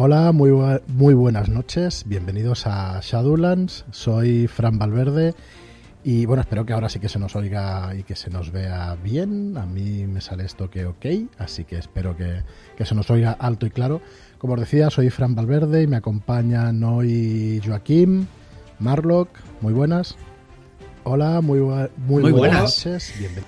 Hola, muy buenas noches, bienvenidos a Shadowlands, soy Fran Valverde y bueno, espero que ahora sí que se nos oiga y que se nos vea bien. A mí me sale esto que ok, así que espero que se nos oiga alto y claro. Como os decía, soy Fran Valverde y me acompañan hoy Joaquim, Marlock, muy buenas. Hola, muy buenas noches, bienvenidos.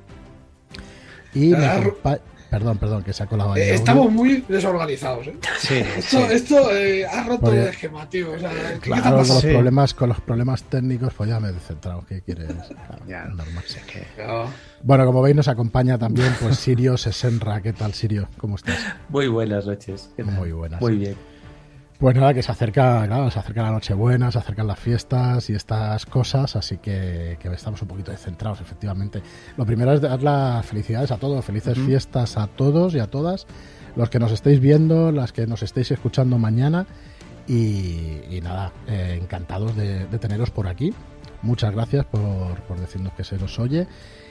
Y me acompaña... Perdón, que se ha colado ahí. Estamos muy desorganizados, ¿eh? Sí, Esto ha roto el esquema, tío. O sea, claro, con los problemas técnicos, pues ya me he descentrado. ¿Qué quieres? Claro, ya, normal. Sé que... No. Bueno, como veis, nos acompaña también pues Sirio Sesenra. ¿Qué tal, Sirio? ¿Cómo estás? Muy buenas noches. Muy buenas. Muy bien. Pues nada, que se acerca la Nochebuena, se acercan las fiestas y estas cosas, así que estamos un poquito descentrados, efectivamente. Lo primero es dar las felicidades a todos, felices fiestas a todos y a todas, los que nos estéis viendo, las que nos estéis escuchando mañana y nada, encantados de teneros por aquí. Muchas gracias por decirnos que se nos oye.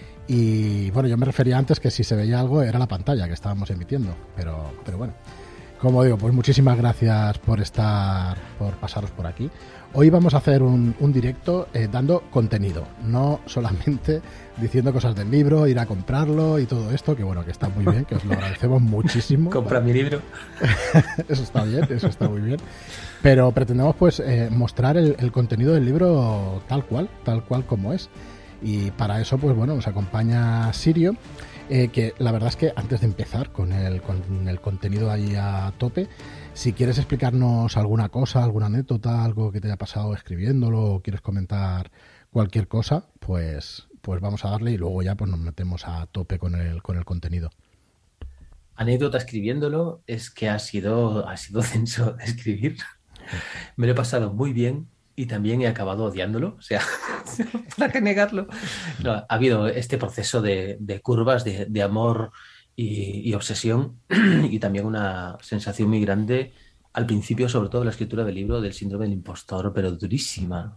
Y bueno, yo me refería antes que si se veía algo era la pantalla que estábamos emitiendo, pero bueno. Como digo, pues muchísimas gracias por pasaros por aquí. Hoy vamos a hacer un directo dando contenido, no solamente diciendo cosas del libro, ir a comprarlo y todo esto, que bueno, que está muy bien, que os lo agradecemos muchísimo. Compra mi libro. Eso está bien, eso está muy bien. Pero pretendemos pues mostrar el contenido del libro tal cual como es. Y para eso, pues bueno, nos acompaña Sirio. Que la verdad es que antes de empezar con el contenido ahí a tope, si quieres explicarnos alguna cosa, alguna anécdota, algo que te haya pasado escribiéndolo o quieres comentar cualquier cosa, pues vamos a darle y luego ya pues nos metemos a tope con el contenido. Anécdota escribiéndolo es que ha sido denso de escribir. Me lo he pasado muy bien y también he acabado odiándolo. O sea, ¿para qué negarlo? No, ha habido este proceso de curvas de amor y obsesión y también una sensación muy grande al principio, sobre todo en la escritura del libro, del síndrome del impostor, pero durísima,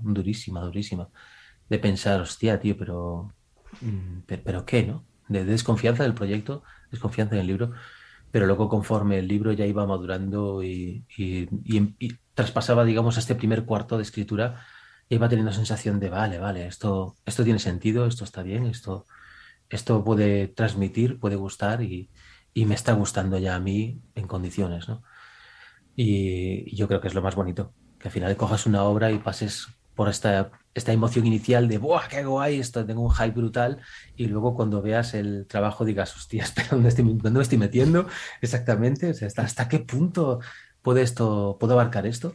de pensar, hostia, tío, pero ¿qué, no? De desconfianza del proyecto, desconfianza en el libro, pero luego conforme el libro ya iba madurando y traspasaba, digamos, este primer cuarto de escritura, iba teniendo sensación de, vale, esto tiene sentido, esto está bien, esto puede transmitir, puede gustar y me está gustando ya a mí en condiciones, ¿no? Y yo creo que es lo más bonito, que al final cojas una obra y pases por esta emoción inicial de ¡buah, qué guay! Esto, tengo un hype brutal, y luego cuando veas el trabajo digas, hostia, espera, dónde me estoy metiendo exactamente? O sea, ¿hasta qué punto puedo abarcar esto?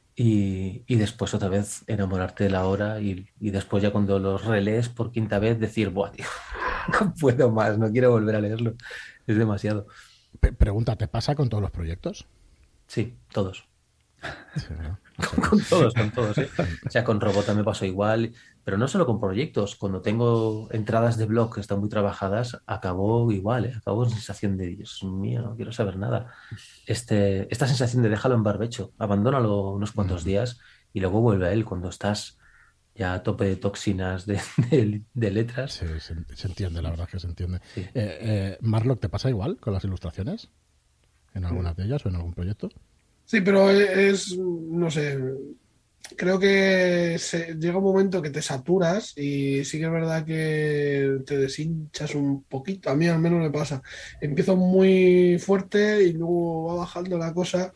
Y después otra vez enamorarte de la obra y después ya cuando los relees por quinta vez decir, ¡buah, tío! No puedo más, no quiero volver a leerlo, es demasiado. Pregunta, ¿te pasa con todos los proyectos? Sí, todos. Sí, ¿no? Con todos, ¿eh? O sea, con Robota me pasó igual, pero no solo con proyectos. Cuando tengo entradas de blog que están muy trabajadas, acabó igual, ¿eh? Acabó con sensación de, Dios mío, no quiero saber nada. Esta sensación de déjalo en barbecho, abandónalo unos cuantos días y luego vuelve a él cuando estás ya a tope de toxinas de letras. Sí, se entiende, la verdad es que se entiende. Sí. Marlock, ¿te pasa igual con las ilustraciones? ¿En algunas de ellas o en algún proyecto? Sí, pero no sé, creo que llega un momento que te saturas y sí que es verdad que te deshinchas un poquito. A mí al menos me pasa. Empiezo muy fuerte y luego va bajando la cosa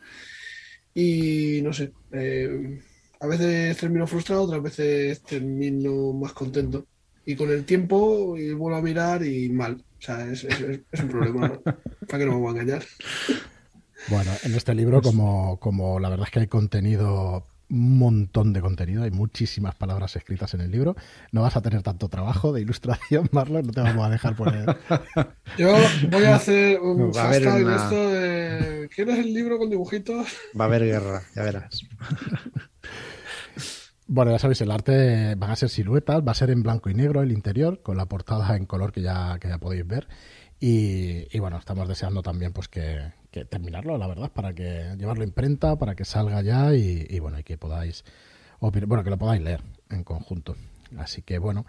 y no sé, a veces termino frustrado, otras veces termino más contento. Y con el tiempo vuelvo a mirar y mal. O sea, es un problema, ¿no? ¿Para qué no me voy a engañar? Bueno, en este libro, como la verdad es que hay contenido, un montón de contenido, hay muchísimas palabras escritas en el libro, no vas a tener tanto trabajo de ilustración, Marlon, no te vamos a dejar poner. Yo voy a hacer un Va a haber hashtag de una... esto de ¿quieres el libro con dibujitos? Va a haber guerra, ya verás. Bueno, ya sabéis, el arte van a ser siluetas, va a ser en blanco y negro el interior, con la portada en color que ya podéis ver. Y bueno, estamos deseando también pues que terminarlo, la verdad, para que llevarlo a imprenta, para que salga ya y bueno, y que podáis que lo podáis leer en conjunto. Así que bueno,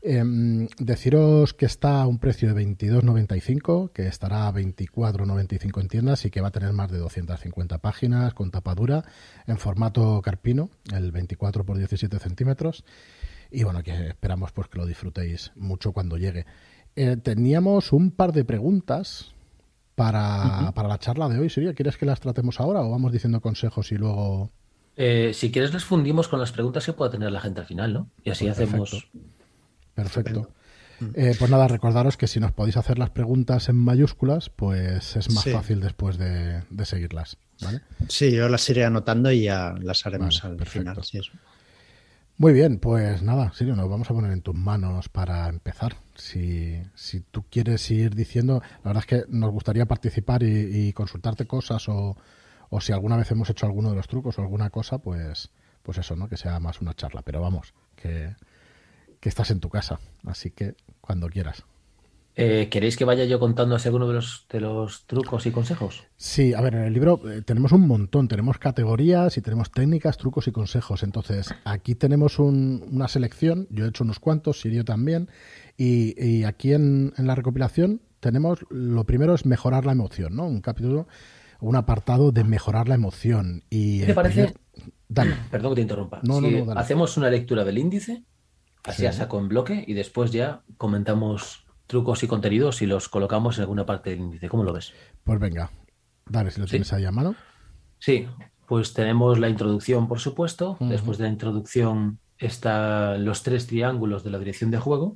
deciros que está a un precio de 22,95, que estará a 24,95 en tiendas y que va a tener más de 250 páginas con tapadura en formato carpino, el 24 por 17 centímetros. Y bueno, que esperamos pues que lo disfrutéis mucho cuando llegue. Teníamos un par de preguntas para la charla de hoy. ¿Siria? ¿Quieres que las tratemos ahora o vamos diciendo consejos y luego...? Si quieres, les fundimos con las preguntas que pueda tener la gente al final, ¿no? Y así Pues hacemos. Perfecto. Pues nada, recordaros que si nos podéis hacer las preguntas en mayúsculas, pues es más fácil después de seguirlas, ¿vale? Sí, yo las iré anotando y ya las haremos Vale, al perfecto. final. Sí, eso. Muy bien, pues nada, Sirio, nos vamos a poner en tus manos para empezar. Si tú quieres ir diciendo, la verdad es que nos gustaría participar y consultarte cosas o si alguna vez hemos hecho alguno de los trucos o alguna cosa, pues eso, ¿no? Que sea más una charla. Pero vamos, que estás en tu casa, así que cuando quieras. ¿Queréis que vaya yo contando así alguno de los trucos y consejos? Sí, a ver, en el libro tenemos un montón, tenemos categorías y tenemos técnicas, trucos y consejos. Entonces, aquí tenemos una selección, yo he hecho unos cuantos, Sirio también, y aquí en la recopilación tenemos, lo primero es mejorar la emoción, ¿no? Un capítulo, un apartado de mejorar la emoción. Y ¿Qué te parece? Dale. Perdón que te interrumpa. No, Si dale. hacemos una lectura del índice, así Sí. a saco en bloque, y después ya comentamos trucos y contenidos y los colocamos en alguna parte del índice. ¿Cómo lo ves? Pues venga, dale, si lo ¿Sí? tienes ahí a mano. Sí, pues tenemos la introducción, por supuesto. Después de la introducción están los 3 triángulos de la dirección de juego.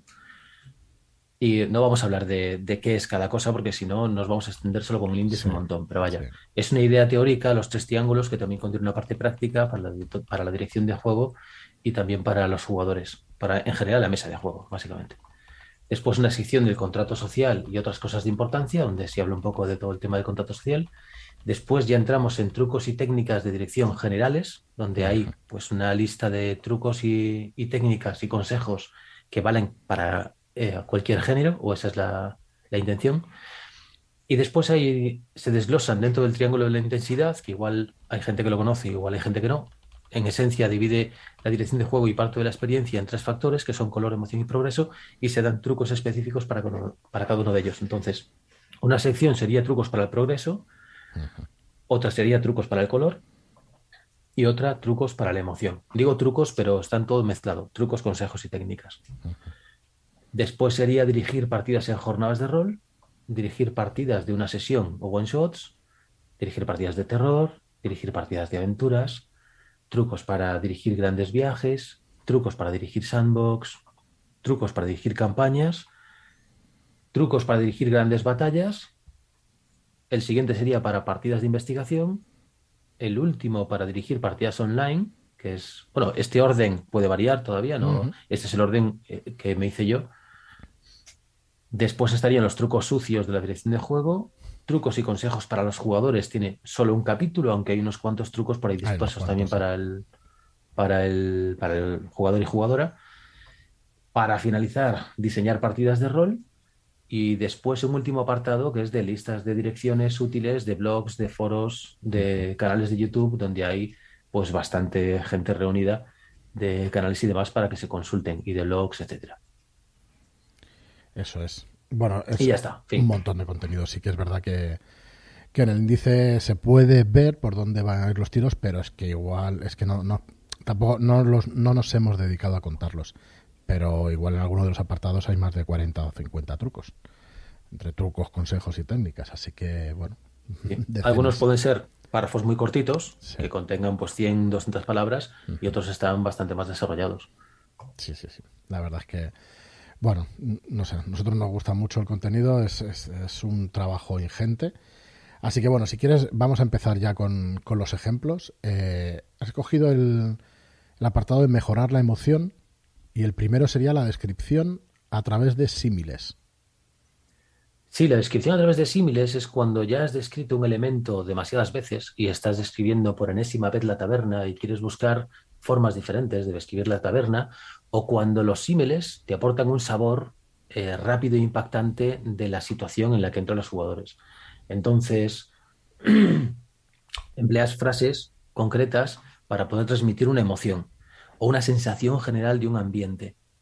Y no vamos a hablar de qué es cada cosa, porque si no nos vamos a extender solo con el índice Sí, un montón. Pero vaya, sí. es una idea teórica, los 3 triángulos, que también contiene una parte práctica para la dirección de juego y también para los jugadores, para en general la mesa de juego, básicamente. Después una sección del contrato social y otras cosas de importancia, donde se habla un poco de todo el tema del contrato social. Después ya entramos en trucos y técnicas de dirección generales, donde hay pues una lista de trucos y técnicas y consejos que valen para cualquier género, o esa es la intención. Y después ahí se desglosan dentro del triángulo de la intensidad, que igual hay gente que lo conoce, igual hay gente que no. En esencia divide la dirección de juego y parte de la experiencia en 3 factores, que son color, emoción y progreso, y se dan trucos específicos para cada uno de ellos. Entonces, una sección sería trucos para el progreso, otra sería trucos para el color y otra trucos para la emoción. Digo trucos, pero están todo mezclado, trucos, consejos y técnicas. Después sería dirigir partidas en jornadas de rol, dirigir partidas de una sesión o one-shots, dirigir partidas de terror, dirigir partidas de aventuras, trucos para dirigir grandes viajes, trucos para dirigir sandbox, trucos para dirigir campañas, trucos para dirigir grandes batallas. El siguiente sería para partidas de investigación. El último para dirigir partidas online, que es, bueno, este orden puede variar todavía, ¿no? Este es el orden que me hice yo. Después estarían los trucos sucios de la dirección de juego, trucos y consejos para los jugadores. Tiene solo un capítulo, aunque hay unos cuantos trucos por ahí dispersos también para el jugador y jugadora. Para finalizar, diseñar partidas de rol. Y después un último apartado que es de listas de direcciones útiles, de blogs, de foros, de canales de YouTube, donde hay pues bastante gente reunida de canales y demás para que se consulten, y de blogs, etcétera. Eso es. Bueno, es Y ya está. Fin. Un montón de contenido. Sí que es verdad que en el índice se puede ver por dónde van a ir los tiros, pero es que igual, es que tampoco no nos hemos dedicado a contarlos. Pero igual en alguno de los apartados hay más de 40 o 50 trucos. Entre trucos, consejos y técnicas. Así que, bueno. Sí. Algunos pueden ser párrafos muy cortitos, sí, que contengan pues 100, 200 palabras, y otros están bastante más desarrollados. Sí. La verdad es que, bueno, no sé, a nosotros nos gusta mucho el contenido, es un trabajo ingente. Así que, bueno, si quieres, vamos a empezar ya con los ejemplos. Has escogido el apartado de mejorar la emoción, y el primero sería la descripción a través de símiles. Sí, la descripción a través de símiles es cuando ya has descrito un elemento demasiadas veces y estás describiendo por enésima vez la taberna y quieres buscar formas diferentes de describir la taberna, o cuando los símiles te aportan un sabor rápido e impactante de la situación en la que entran los jugadores. Entonces, empleas frases concretas para poder transmitir una emoción o una sensación general de un ambiente.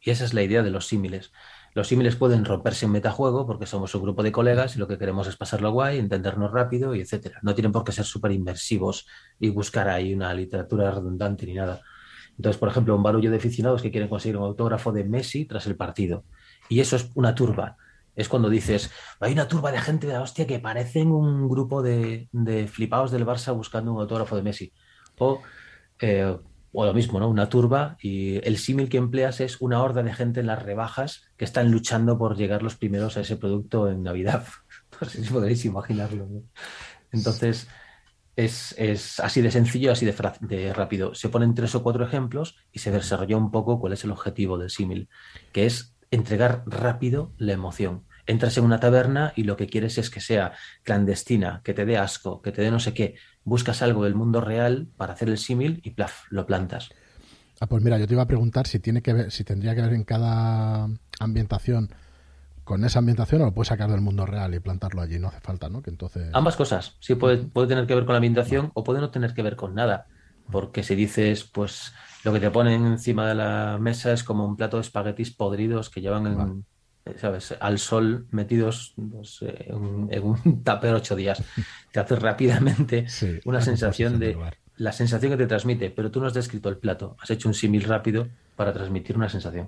Y esa es la idea de los símiles. Los símiles pueden romperse en metajuego porque somos un grupo de colegas y lo que queremos es pasarlo guay, entendernos rápido y etcétera. No tienen por qué ser súper inmersivos y buscar ahí una literatura redundante ni nada. Entonces, por ejemplo, un barullo de aficionados que quieren conseguir un autógrafo de Messi tras el partido. Y eso es una turba. Es cuando dices, hay una turba de gente de la hostia que parecen un grupo de flipados del Barça buscando un autógrafo de Messi. O, eh, o lo mismo, ¿no? Una turba y el símil que empleas es una horda de gente en las rebajas que están luchando por llegar los primeros a ese producto en Navidad. No sé si podréis imaginarlo, ¿no? Entonces, es así de sencillo, así de rápido. Se ponen 3 o 4 ejemplos y se desarrolla un poco cuál es el objetivo del símil, que es entregar rápido la emoción. Entras en una taberna y lo que quieres es que sea clandestina, que te dé asco, que te dé no sé qué. Buscas algo del mundo real para hacer el símil y plaf, lo plantas. Pues mira, yo te iba a preguntar si tiene que ver, si tendría que ver en cada ambientación con esa ambientación o lo puedes sacar del mundo real y plantarlo allí. No hace falta, ¿no? Que entonces. Ambas cosas. Sí, puede tener que ver con la ambientación o puede no tener que ver con nada. Porque si dices, pues lo que te ponen encima de la mesa es como un plato de espaguetis podridos que llevan ¿sabes? Al sol metidos pues, en un tupper 8 días. Te hace rápidamente Sí, una la sensación composición del de lugar. la sensación que te transmite, pero tú no has descrito el plato. Has hecho un símil rápido para transmitir una sensación.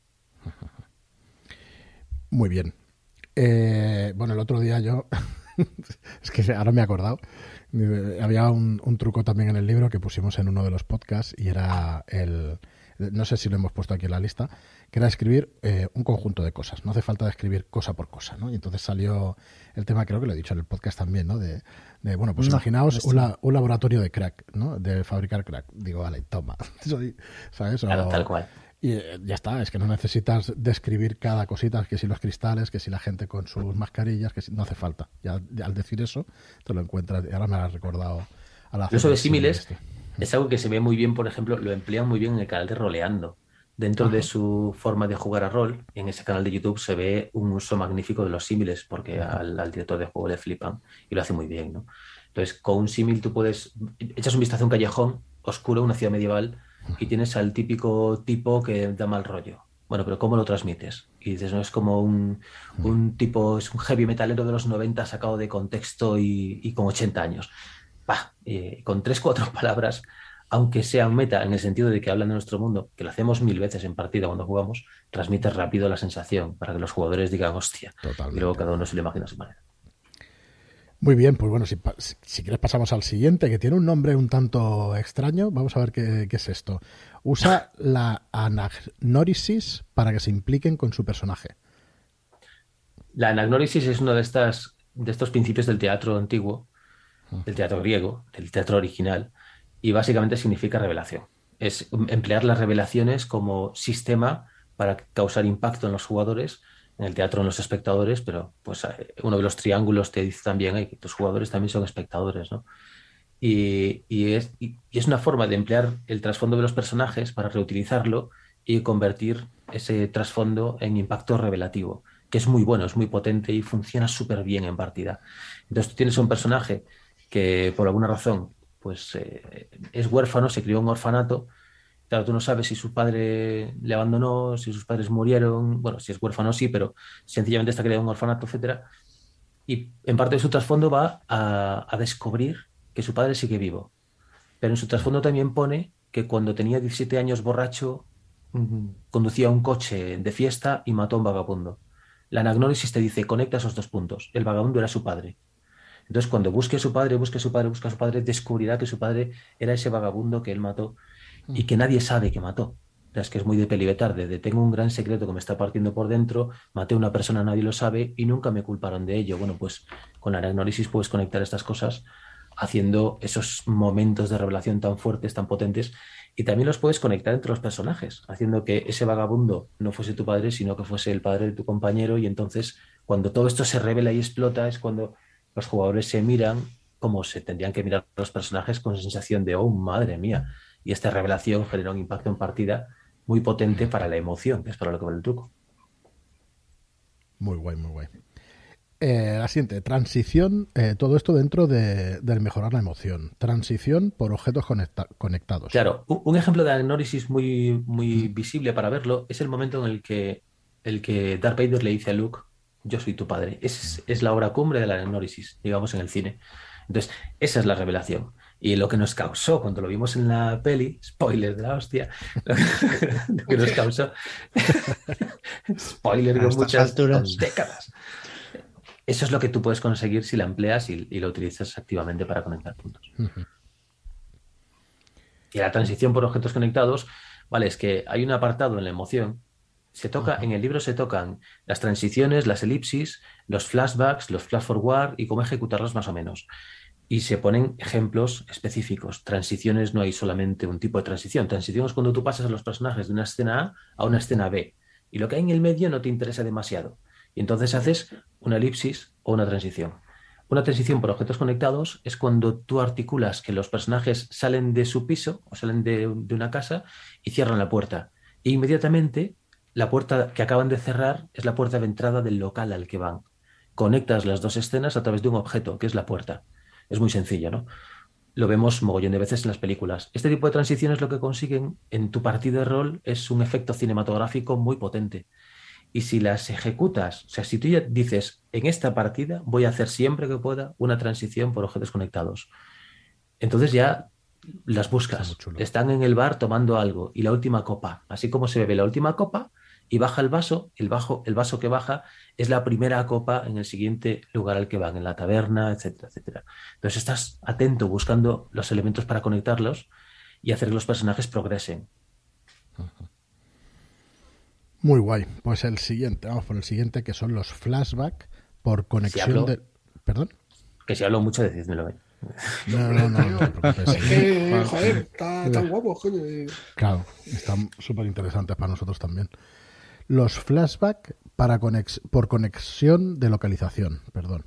Muy bien. Bueno, el otro día yo, es que ahora me he acordado, había un truco también en el libro que pusimos en uno de los podcasts y era no sé si lo hemos puesto aquí en la lista, que era escribir un conjunto de cosas. No hace falta escribir cosa por cosa, ¿no? Y entonces salió el tema, creo que lo he dicho en el podcast también, ¿no? Bueno, pues imaginaos un laboratorio de crack, ¿no? De fabricar crack. Digo, vale, toma. ¿Sabes? Claro, tal cual. Y ya está, es que no necesitas describir cada cosita, que si los cristales, que si la gente con sus mascarillas, que si, no hace falta. Ya al decir eso, te lo encuentras. Y ahora me lo has recordado a la El uso de símiles es algo que se ve muy bien, por ejemplo, lo emplean muy bien en el canal de Roleando. Dentro de su forma de jugar a rol, en ese canal de YouTube se ve un uso magnífico de los símiles, porque al director de juego le flipan y lo hace muy bien, ¿no? Entonces, con un símil tú puedes, echas un vistazo a un callejón oscuro, una ciudad medieval, y tienes al típico tipo que da mal rollo. Bueno, pero ¿cómo lo transmites? Y dices, no, es como un tipo, es un heavy metalero de los 90 sacado de contexto y con 80 años. Bah, con 3 o 4 palabras, aunque sea meta en el sentido de que hablan de nuestro mundo, que lo hacemos 1000 veces en partida cuando jugamos, transmite rápido la sensación para que los jugadores digan hostia. Totalmente. Y luego cada uno se lo imagina a su manera. Muy bien, pues bueno, si quieres pasamos al siguiente, que tiene un nombre un tanto extraño. Vamos a ver qué es esto. Usa la anagnórisis para que se impliquen con su personaje. La anagnórisis es uno de estos principios del teatro antiguo, del teatro griego, del teatro original, y básicamente significa revelación. Es emplear las revelaciones como sistema para causar impacto en los jugadores, en el teatro en los espectadores, pero pues uno de los triángulos te dice también que tus jugadores también son espectadores, ¿no? Y es una forma de emplear el trasfondo de los personajes para reutilizarlo y convertir ese trasfondo en impacto revelativo, que es muy bueno, es muy potente y funciona súper bien en partida. Entonces tú tienes un personaje que por alguna razón pues es huérfano, se crió en un orfanato. Claro, tú no sabes si su padre le abandonó, si sus padres murieron, bueno, si es huérfano sí, pero sencillamente está criado en un orfanato, etcétera. Y en parte de su trasfondo va a descubrir que su padre sigue vivo. Pero en su trasfondo también pone que cuando tenía 17 años borracho, conducía un coche de fiesta y mató a un vagabundo. La anagnórisis te dice, conecta esos 2 puntos. El vagabundo era su padre. Entonces, cuando busque a su padre, busque a su padre, busque a su padre, descubrirá que su padre era ese vagabundo que él mató y que nadie sabe que mató. O sea, es que es muy de Peli Betarde, de tengo un gran secreto que me está partiendo por dentro, maté a una persona, nadie lo sabe y nunca me culparon de ello. Bueno, pues con la anagnórisis puedes conectar estas cosas haciendo esos momentos de revelación tan fuertes, tan potentes, y también los puedes conectar entre los personajes, haciendo que ese vagabundo no fuese tu padre, sino que fuese el padre de tu compañero, y entonces cuando todo esto se revela y explota es cuando los jugadores se miran como se tendrían que mirar los personajes con sensación de, oh, madre mía, y esta revelación genera un impacto en partida muy potente para la emoción, que es para lo que vale el truco. Muy guay, muy guay. La siguiente, transición, todo esto dentro del mejorar la emoción. Transición por objetos conectados. Claro, un ejemplo de agnórisis muy, muy visible para verlo es el momento en el que Darth Vader le dice a Luke, yo soy tu padre. Es la obra cumbre de la agnórisis, digamos, en el cine. Entonces, esa es la revelación. Y lo que nos causó cuando lo vimos en la peli, spoiler de la hostia, lo que nos causó, spoiler A con estas muchas alturas. décadas. Eso es lo que tú puedes conseguir si la empleas y lo utilizas activamente para conectar puntos. Y la transición por objetos conectados, vale, es que hay un apartado en la emoción. En el libro se tocan las transiciones, las elipsis, los flashbacks, los flash forward y cómo ejecutarlos más o menos. Y se ponen ejemplos específicos. Transiciones no hay solamente un tipo de transición. Transición es cuando tú pasas a los personajes de una escena A una escena B. Y lo que hay en el medio no te interesa demasiado. Y entonces haces una elipsis o una transición. Una transición por objetos conectados es cuando tú articulas que los personajes salen de su piso o salen de una casa y cierran la puerta. E inmediatamente la puerta que acaban de cerrar es la puerta de entrada del local al que van. Conectas las dos escenas a través de un objeto, que es la puerta. Es muy sencillo, ¿no? Lo vemos mogollón de veces en las películas. Este tipo de transiciones lo que consiguen en tu partida de rol es un efecto cinematográfico muy potente. Y si las ejecutas, o sea, si tú ya dices, en esta partida voy a hacer siempre que pueda una transición por objetos conectados, entonces ya las buscas. Están en el bar tomando algo y la última copa, así como se bebe la última copa y baja el vaso, el vaso que baja es la primera copa en el siguiente lugar al que van, en la taberna, etcétera, etcétera. Entonces estás atento buscando los elementos para conectarlos y hacer que los personajes progresen. Muy guay. Pues el siguiente, vamos por el siguiente, que son los flashback por conexión de... ¿Perdón? Que si hablo mucho, decídmelo. No te preocupes. Es que, joder, está tan guapo, coño. Claro, están súper interesantes para nosotros también. Los flashback por conexión de localización, perdón.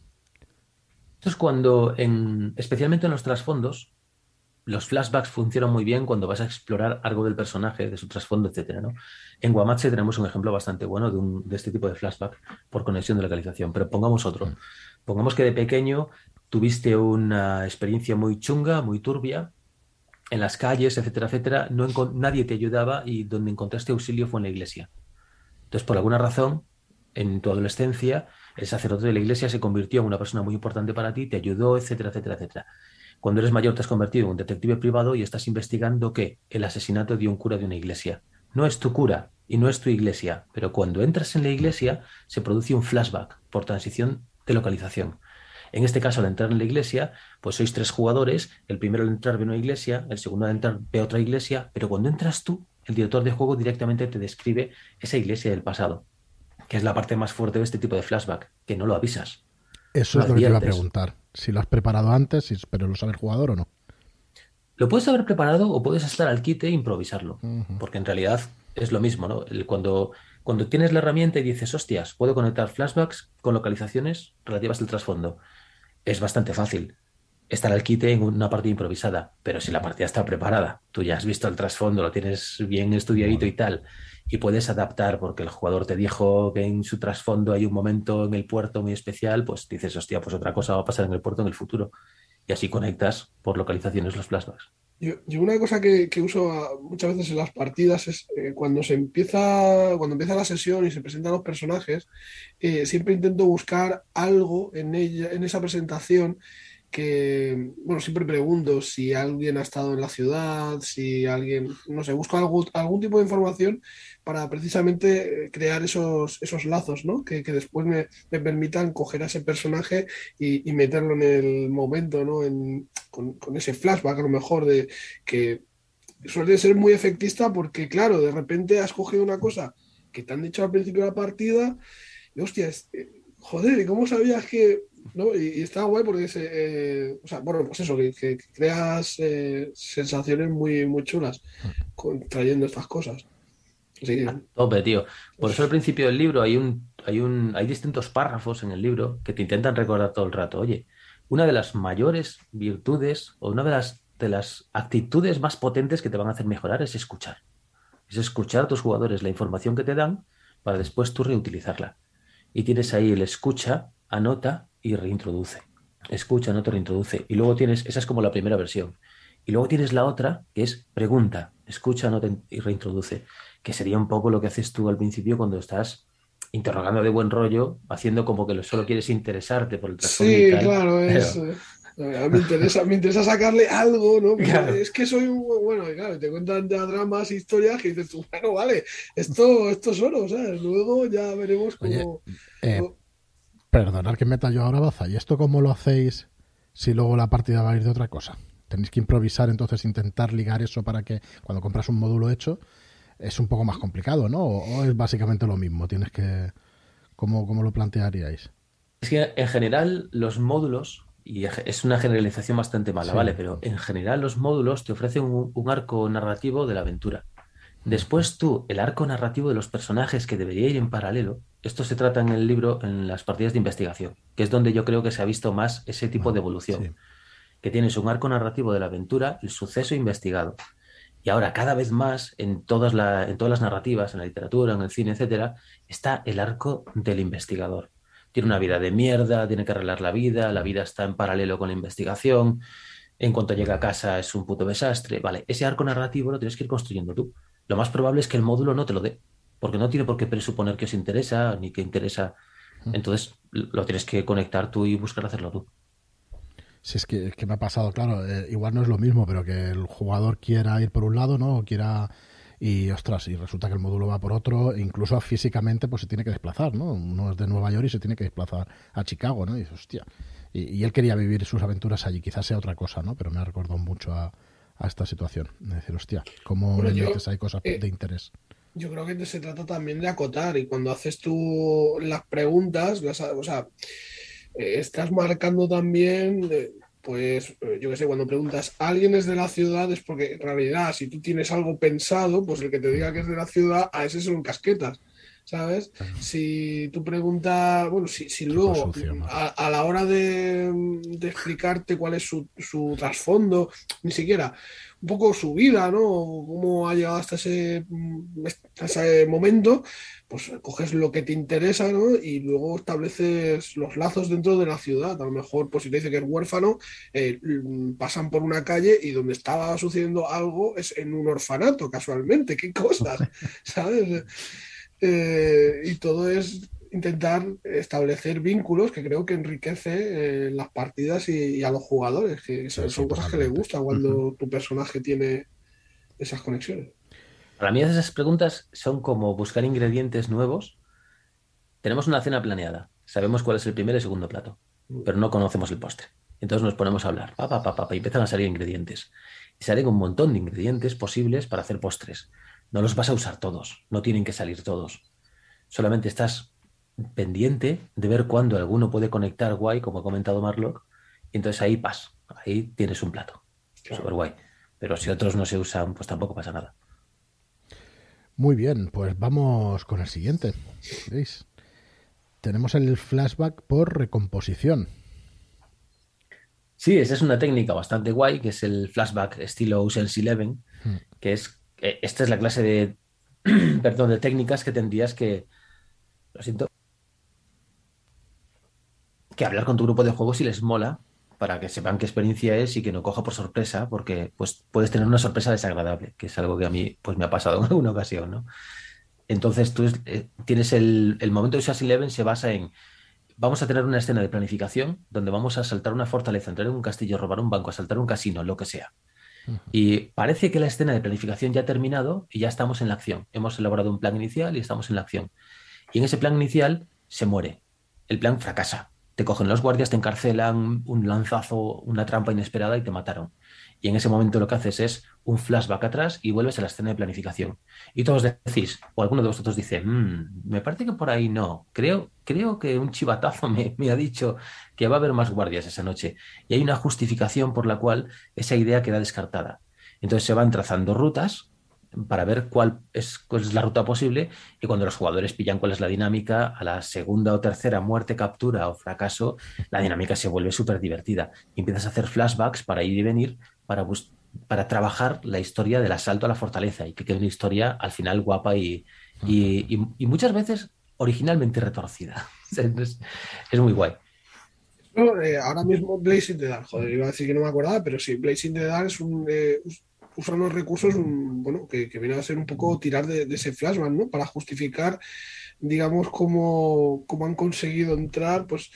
Esto es cuando, especialmente en los trasfondos, los flashbacks funcionan muy bien cuando vas a explorar algo del personaje, de su trasfondo, etcétera, ¿no? En Guamache tenemos un ejemplo bastante bueno de este tipo de flashback por conexión de localización, pero pongamos otro. Pongamos que de pequeño tuviste una experiencia muy chunga, muy turbia, en las calles, etcétera, etcétera, nadie te ayudaba y donde encontraste auxilio fue en la iglesia. Entonces, por alguna razón, en tu adolescencia, el sacerdote de la iglesia se convirtió en una persona muy importante para ti, te ayudó, etcétera, etcétera, etcétera. Cuando eres mayor te has convertido en un detective privado y estás investigando ¿qué? El asesinato de un cura de una iglesia. No es tu cura y no es tu iglesia, pero cuando entras en la iglesia se produce un flashback por transición de localización. En este caso, al entrar en la iglesia, pues sois 3 jugadores, el primero al entrar ve una iglesia, el segundo al entrar ve otra iglesia, pero cuando entras tú, el director de juego directamente te describe esa iglesia del pasado, que es la parte más fuerte de este tipo de flashback, que no lo avisas. Eso es lo que te iba a preguntar. Si lo has preparado antes, pero lo sabe el jugador o no. Lo puedes haber preparado o puedes estar al quite e improvisarlo, porque en realidad es lo mismo, ¿no? Cuando tienes la herramienta y dices, hostias, puedo conectar flashbacks con localizaciones relativas al trasfondo, es bastante fácil estar al quite en una partida improvisada, pero si la partida está preparada, tú ya has visto el trasfondo, lo tienes bien estudiadito y tal, y puedes adaptar porque el jugador te dijo que en su trasfondo hay un momento en el puerto muy especial, pues dices, hostia, pues otra cosa va a pasar en el puerto en el futuro. Y así conectas por localizaciones los flashbacks. Yo una cosa que uso muchas veces en las partidas es cuando empieza la sesión y se presentan los personajes, siempre intento buscar algo en esa presentación que, bueno, siempre pregunto si alguien ha estado en la ciudad, si alguien, no sé, busco algún tipo de información para precisamente crear esos lazos, ¿no? Que después me permitan coger a ese personaje y meterlo en el momento, ¿no? Con ese flashback a lo mejor de que suele ser muy efectista porque, claro, de repente has cogido una cosa que te han dicho al principio de la partida y, hostia, joder, ¿y cómo sabías que...? ¿No? Y está guay porque o sea, bueno, pues eso, que creas sensaciones muy, muy chulas trayendo estas cosas. Así que... Tope, tío. Por eso al principio del libro hay distintos párrafos en el libro que te intentan recordar todo el rato. Oye, una de las mayores virtudes o una de las actitudes más potentes que te van a hacer mejorar es escuchar. Es escuchar a tus jugadores la información que te dan para después tú reutilizarla. Y tienes ahí el escucha anota y reintroduce. Escucha, anota, reintroduce. Y luego tienes, esa es como la primera versión. Y luego tienes la otra, que es pregunta, escucha, anota y reintroduce, que sería un poco lo que haces tú al principio cuando estás interrogando de buen rollo, haciendo como que solo quieres interesarte por el trasfondo y Sí, tal. claro, Pero, me interesa sacarle algo, ¿no? Porque claro, es que soy un, bueno, y claro, te cuentan ya dramas, historias que dices tú, bueno, vale, esto es oro, ¿sabes? Luego ya veremos Oye, cómo. eh, perdonad que meta yo ahora baza. ¿Y esto cómo lo hacéis si luego la partida va a ir de otra cosa? Tenéis que improvisar, entonces intentar ligar eso para que cuando compras un módulo hecho es un poco más complicado, ¿no? O es básicamente lo mismo. Tienes que... ¿Cómo lo plantearíais? es que en general los módulos, y es una generalización bastante mala, Sí. ¿vale? Pero en general los módulos te ofrecen un arco narrativo de la aventura. Después tú, el arco narrativo de los personajes que debería ir en paralelo, esto se trata en el libro, en las partidas de investigación, que es donde yo creo que se ha visto más ese tipo de Vale, evolución, sí. que tienes un arco narrativo de la aventura, el suceso investigado. Y ahora cada vez más en todas las narrativas, en la literatura, en el cine, etcétera, está el arco del investigador. Tiene una vida de mierda, tiene que arreglar la vida está en paralelo con la investigación, en cuanto llega a casa es un puto desastre. Vale, ese arco narrativo lo tienes que ir construyendo tú. Lo más probable es que el módulo no te lo dé, porque no tiene por qué presuponer que os interesa ni que interesa. Entonces lo tienes que conectar tú y buscar hacerlo tú. Si es que me ha pasado, claro, igual no es lo mismo, pero que el jugador quiera ir por un lado, ¿no? O quiera... Y ostras, y resulta que el módulo va por otro, e incluso físicamente pues se tiene que desplazar, ¿no? Uno es de Nueva York y se tiene que desplazar a Chicago, ¿no? Y dices, hostia. Y él quería vivir sus aventuras allí, quizás sea otra cosa, ¿no? Pero me ha recordado mucho a esta situación. Es decir, hostia, ¿cómo Bueno, le metes ahí cosas de interés? yo creo que se trata también de acotar y cuando haces tú las preguntas, o sea, estás marcando también, pues, yo qué sé, cuando preguntas, ¿alguien es de la ciudad? Es porque en realidad, si tú tienes algo pensado, pues el que te diga que es de la ciudad, a ese son casquetas, ¿sabes? Si tú preguntas, bueno, si Truco luego sucio, ¿no? a la hora de explicarte cuál es su trasfondo, ni siquiera un poco su vida, ¿no? Cómo ha llegado hasta ese momento, pues coges lo que te interesa, ¿no? Y luego estableces los lazos dentro de la ciudad. A lo mejor, pues si te dice que es huérfano, pasan por una calle y donde estaba sucediendo algo es en un orfanato, casualmente. ¿Qué cosas? ¿Sabes? Y todo es intentar establecer vínculos que creo que enriquece las partidas y a los jugadores, que Sí, sí, son cosas que les totalmente. gusta cuando tu personaje tiene esas conexiones. Para mí esas preguntas son como buscar ingredientes nuevos. Tenemos una cena planeada, sabemos cuál es el primer y segundo plato, pero no conocemos el postre. Entonces nos ponemos a hablar, y empiezan a salir ingredientes. Y salen un montón de ingredientes posibles para hacer postres. No los vas a usar todos, no tienen que salir todos. Solamente estás pendiente de ver cuándo alguno puede conectar guay, como ha comentado Marlock, y entonces ahí tienes un plato. Claro. Súper guay. Pero si otros no se usan, pues tampoco pasa nada. Muy bien, pues vamos con el siguiente. ¿Veis? Tenemos el flashback por recomposición. Sí, esa es una técnica bastante guay, que es el flashback estilo Ocean's Eleven, que es, esta es la clase de, perdón, de técnicas que tendrías que, lo siento, que hablar con tu grupo de juegos si les mola, para que sepan qué experiencia es y que no coja por sorpresa, porque pues puedes tener una sorpresa desagradable, que es algo que a mí pues me ha pasado en alguna ocasión, ¿no? Entonces tú tienes el momento de Ocean's Eleven se basa en vamos a tener una escena de planificación donde vamos a asaltar una fortaleza, entrar en un castillo, robar un banco, asaltar un casino, lo que sea. Y parece que la escena de planificación ya ha terminado y ya estamos en la acción. Hemos elaborado un plan inicial y estamos en la acción. Y en ese plan inicial se muere. El plan fracasa. Te cogen los guardias, te encarcelan, un lanzazo, una trampa inesperada y te mataron. Y en ese momento lo que haces es un flashback atrás y vuelves a la escena de planificación. Y todos decís, o alguno de vosotros dice, me parece que por ahí no. Creo que un chivatazo me ha dicho que va a haber más guardias esa noche. Y hay una justificación por la cual esa idea queda descartada. Entonces se van trazando rutas para ver cuál es la ruta posible y cuando los jugadores pillan cuál es la dinámica, a la segunda o tercera muerte, captura o fracaso, la dinámica se vuelve súper divertida y empiezas a hacer flashbacks para ir y venir, para trabajar la historia del asalto a la fortaleza y que quede una historia al final guapa y muchas veces originalmente retorcida. Es muy guay. No, ahora mismo Blazing the Dark, joder, iba a decir que no me acordaba, pero sí, Blazing the Dark es usa unos recursos bueno, que viene a ser un poco tirar de ese flashback, ¿no? Para justificar, digamos, cómo han conseguido entrar, pues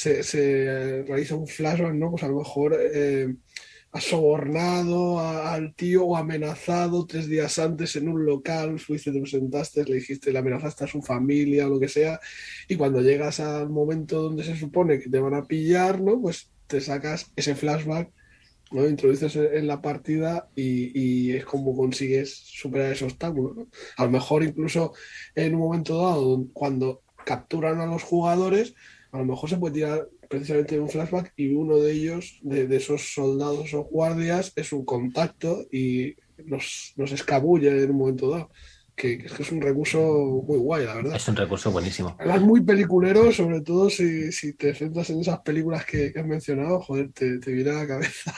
se realiza un flashback, ¿no? Pues a lo mejor has sobornado al tío o amenazado 3 días antes en un local, fuiste, te presentaste, le dijiste, le amenazaste a su familia o lo que sea, y cuando llegas al momento donde se supone que te van a pillar, ¿no? Pues te sacas ese flashback, ¿no? Introduces en la partida y es como consigues superar ese obstáculo, ¿no? A lo mejor incluso en un momento dado, cuando capturan a los jugadores, a lo mejor se puede tirar precisamente un flashback y uno de ellos, de esos soldados o guardias, es un contacto y nos escabulle en un momento dado. Que es un recurso muy guay, la verdad. Es un recurso buenísimo. Es muy peliculero, sobre todo si te centras en esas películas que has mencionado, joder, te viene a la cabeza.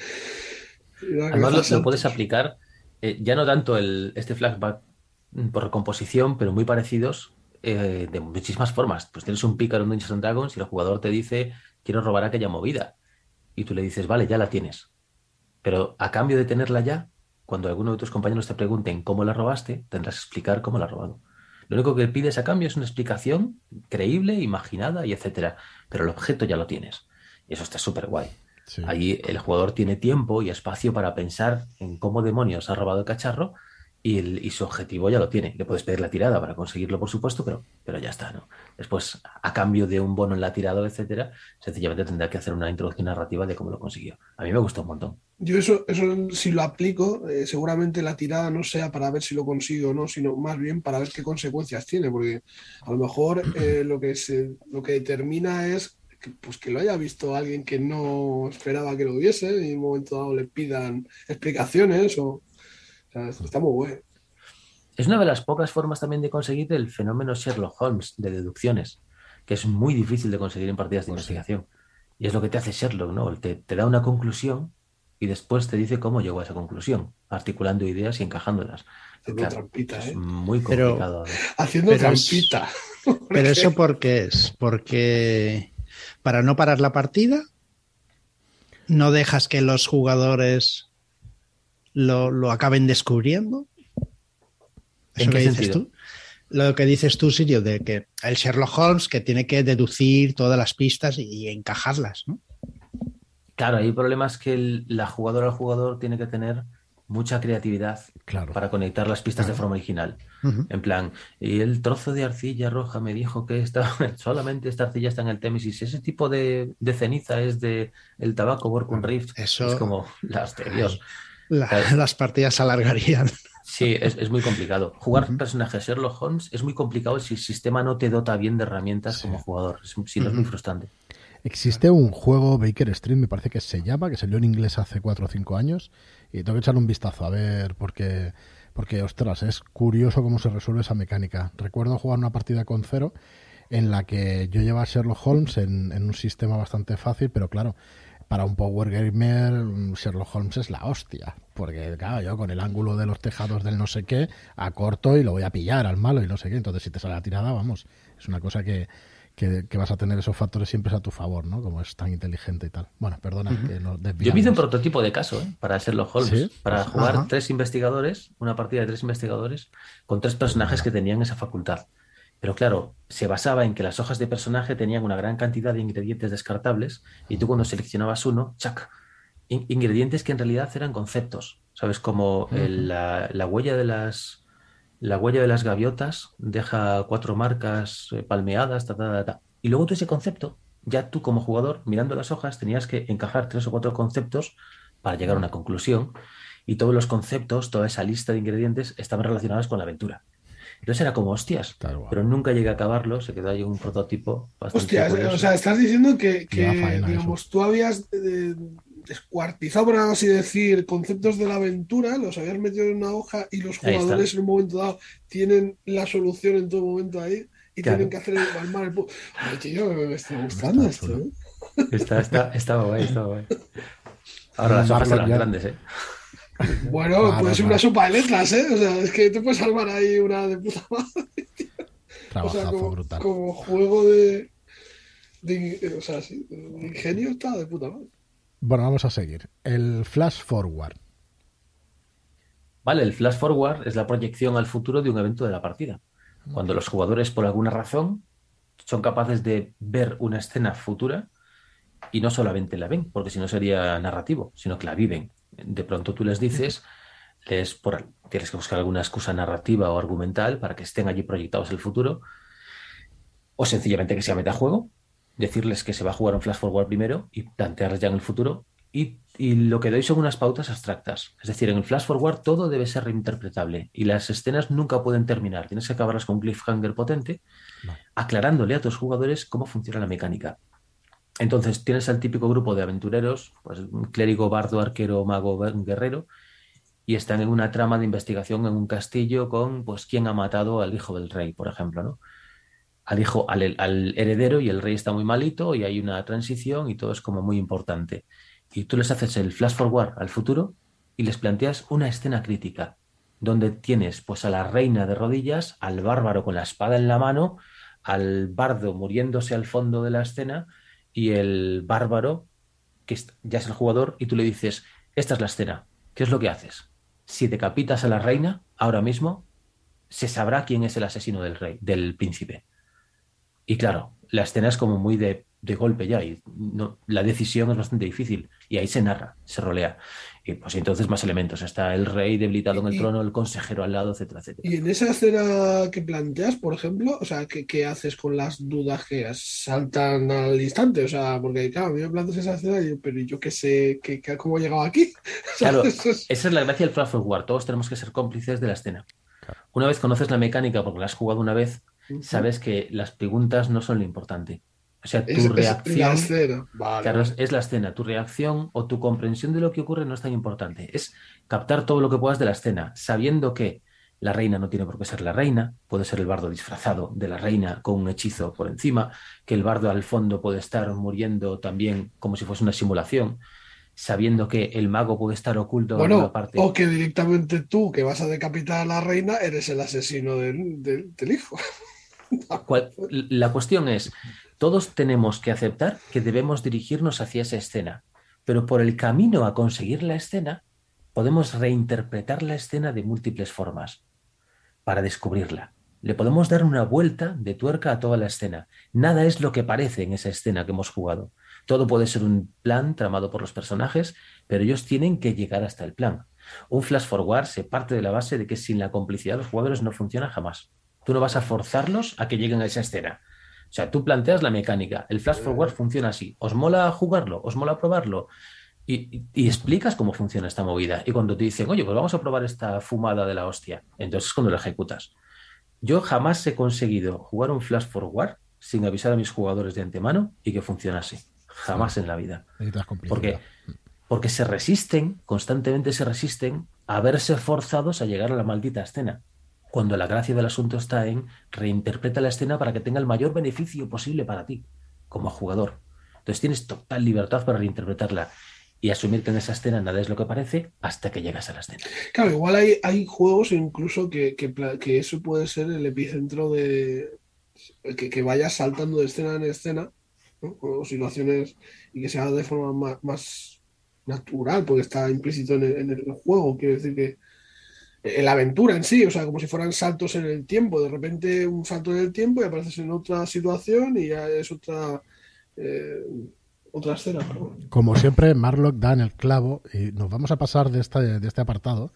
Además lo puedes aplicar, ya no tanto este flashback por recomposición, pero muy parecidos de muchísimas formas. Pues tienes un pícaro en Dungeons and Dragons y el jugador te dice, quiero robar aquella movida. Y tú le dices, vale, ya la tienes. Pero a cambio de tenerla ya, cuando alguno de tus compañeros te pregunten cómo la robaste, tendrás que explicar cómo la has robado. Lo único que pides a cambio es una explicación creíble, imaginada y etcétera. Pero el objeto ya lo tienes. Y eso está súper guay. Sí. Ahí el jugador tiene tiempo y espacio para pensar en cómo demonios ha robado el cacharro y su objetivo ya lo tiene. Le puedes pedir la tirada para conseguirlo, por supuesto, pero ya está, ¿no? Después, a cambio de un bono en la tirada, etcétera, sencillamente tendrá que hacer una introducción narrativa de cómo lo consiguió. A mí me gustó un montón. Yo eso si lo aplico, seguramente la tirada no sea para ver si lo consigo o no, sino más bien para ver qué consecuencias tiene, porque a lo mejor lo que determina es que lo haya visto alguien que no esperaba que lo viese y en un momento dado le pidan explicaciones o sea, está muy bueno. Es una de las pocas formas también de conseguir el fenómeno Sherlock Holmes de deducciones, que es muy difícil de conseguir en partidas de investigación. Y es lo que te hace Sherlock, ¿no? Te da una conclusión y después te dice cómo llegó a esa conclusión, articulando ideas y encajándolas. Haciendo trampita, es muy complicado. Haciendo trampita. Pero eso ¿por qué es? Porque para no parar la partida, no dejas que los jugadores lo acaben descubriendo. ¿En qué sentido? Tú? Lo que dices tú, Sirio, de que el Sherlock Holmes que tiene que deducir todas las pistas y encajarlas, ¿no? Claro, hay problemas que la jugadora o el jugador tiene que tener mucha creatividad para conectar las pistas de forma original. En plan, y el trozo de arcilla roja me dijo que solamente esta arcilla está en el Témesis. Ese tipo de ceniza es de el tabaco Borkun Rift. Eso... Es como las de Dios. Las partidas se alargarían. Sí, es muy complicado. Jugar personajes Sherlock Holmes es muy complicado si el sistema no te dota bien de herramientas como jugador. Si no es muy frustrante. Existe un juego, Baker Street, me parece que se llama, que salió en inglés hace 4 o 5 años, y tengo que echarle un vistazo a ver, porque ostras, es curioso cómo se resuelve esa mecánica. Recuerdo jugar una partida con Cero en la que yo llevaba a Sherlock Holmes en un sistema bastante fácil, pero claro, para un Power Gamer, Sherlock Holmes es la hostia, porque claro, yo con el ángulo de los tejados del no sé qué, acorto y lo voy a pillar al malo y no sé qué, entonces si te sale la tirada, vamos, es una cosa que vas a tener esos factores siempre a tu favor, ¿no? Como es tan inteligente y tal. Bueno, perdona que nos desviamos. Yo hice un prototipo de caso, para Sherlock Holmes, ¿sí? Para jugar 3 investigadores, una partida de 3 investigadores, con 3 personajes que tenían esa facultad. Pero claro, se basaba en que las hojas de personaje tenían una gran cantidad de ingredientes descartables y tú cuando seleccionabas uno, ¡chac! Ingredientes que en realidad eran conceptos, ¿sabes? Como la huella de las... La huella de las gaviotas deja 4 marcas palmeadas, y luego tú ese concepto, ya tú como jugador, mirando las hojas, tenías que encajar 3 o 4 conceptos para llegar a una conclusión, y todos los conceptos, toda esa lista de ingredientes estaban relacionados con la aventura. Entonces era como hostias, pero nunca llegué a acabarlo, se quedó ahí un prototipo bastante hostias, curioso. O sea, estás diciendo que digamos, tú habías descuartizado, por así decir, conceptos de la aventura, los habías metido en una hoja y los jugadores en un momento dado tienen la solución en todo momento ahí y tienen que hacer el mal. Ay, tío, me está gustando esto, ¿eh? Estaba guay. Ahora las hojas eran grandes, ¿eh? Bueno, puede ser una sopa de letras, ¿eh? O sea, es que te puedes armar ahí una de puta madre, tío. O sea, trabajazo brutal. como juego o sea, sí, de ingenio está de puta madre. Bueno, vamos a seguir. El Flash Forward. Vale, el flash forward es la proyección al futuro de un evento de la partida. Cuando los jugadores, por alguna razón, son capaces de ver una escena futura y no solamente la ven, porque si no sería narrativo, sino que la viven. De pronto tú les dices, tienes que buscar alguna excusa narrativa o argumental para que estén allí proyectados el futuro, o sencillamente que sea metajuego, decirles que se va a jugar un flash forward primero y plantearles ya en el futuro. Y lo que doy son unas pautas abstractas. Es decir, en el flash forward todo debe ser reinterpretable y las escenas nunca pueden terminar. Tienes que acabarlas con un cliffhanger potente, Vale. aclarándole a tus jugadores cómo funciona la mecánica. Entonces tienes al típico grupo de aventureros, pues un clérigo, bardo, arquero, mago, guerrero, y están en una trama de investigación en un castillo con pues quién ha matado al hijo del rey, por ejemplo, ¿no? Al heredero, y el rey está muy malito y hay una transición y todo es como muy importante. Y tú les haces el flash forward al futuro y les planteas una escena crítica donde tienes pues a la reina de rodillas, al bárbaro con la espada en la mano, al bardo muriéndose al fondo de la escena y el bárbaro ya es el jugador y tú le dices, esta es la escena, ¿qué es lo que haces? Si decapitas a la reina ahora mismo, se sabrá quién es el asesino del rey, del príncipe. Y claro, la escena es como muy de golpe ya, y no, la decisión es bastante difícil, y ahí se narra, se rolea. Y pues entonces más elementos, está el rey debilitado en el Y, trono, el consejero al lado, etcétera, etcétera. y en esa escena que planteas, por ejemplo, o sea, ¿qué haces con las dudas que saltan al instante? O sea, porque claro, a mí me planteas esa escena y yo, pero yo qué sé, cómo he llegado aquí. O sea, Claro, eso es... esa es la gracia del flash forward, todos tenemos que ser cómplices de la escena. Claro. Una vez conoces la mecánica porque la has jugado una vez, Ujú. sabes que las preguntas no son lo importante. O sea, tu Es la reacción, escena. Vale, claro, vale. es la escena, tu reacción o tu comprensión de lo que ocurre no es tan importante. Es captar todo lo que puedas de la escena, sabiendo que la reina no tiene por qué ser la reina, puede ser el bardo disfrazado de la reina con un hechizo por encima, que el bardo al fondo puede estar muriendo también como si fuese una simulación, sabiendo que el mago puede estar oculto en alguna Bueno, parte. o que directamente tú, que vas a decapitar a la reina, eres el asesino del hijo. La cuestión es, todos tenemos que aceptar que debemos dirigirnos hacia esa escena, pero por el camino a conseguir la escena, podemos reinterpretar la escena de múltiples formas para descubrirla. Le podemos dar una vuelta de tuerca a toda la escena. Nada es lo que parece en esa escena que hemos jugado. Todo puede ser un plan tramado por los personajes, pero ellos tienen que llegar hasta el plan. Un flash forward se parte de la base de que sin la complicidad de los jugadores no funciona jamás. Tú no vas a forzarlos a que lleguen a esa escena. O sea, tú planteas la mecánica. El flash forward funciona así. ¿Os mola jugarlo? ¿Os mola probarlo? Y explicas cómo funciona esta movida. Y cuando te dicen, oye, pues vamos a probar esta fumada de la hostia, entonces es cuando lo ejecutas. Yo jamás he conseguido jugar un flash forward sin avisar a mis jugadores de antemano y que funcionase. Claro. Jamás en la vida. Necesitas complicidad. Porque, porque se resisten, constantemente se resisten a verse forzados a llegar a la maldita escena. Cuando la gracia del asunto está en reinterpreta la escena para que tenga el mayor beneficio posible para ti, como jugador. Entonces tienes total libertad para reinterpretarla y asumir que en esa escena nada es lo que parece hasta que llegas a la escena. Claro, igual hay juegos incluso que eso puede ser el epicentro de que vayas saltando de escena en escena, ¿no? O situaciones y que sea de forma más natural, porque está implícito en el juego. Quiero decir que en la aventura en sí, o sea, como si fueran saltos en el tiempo. De repente un salto en el tiempo y apareces en otra situación y ya es eh, otra escena. ¿No? Como siempre, Marlock da en el clavo y nos vamos a pasar de este apartado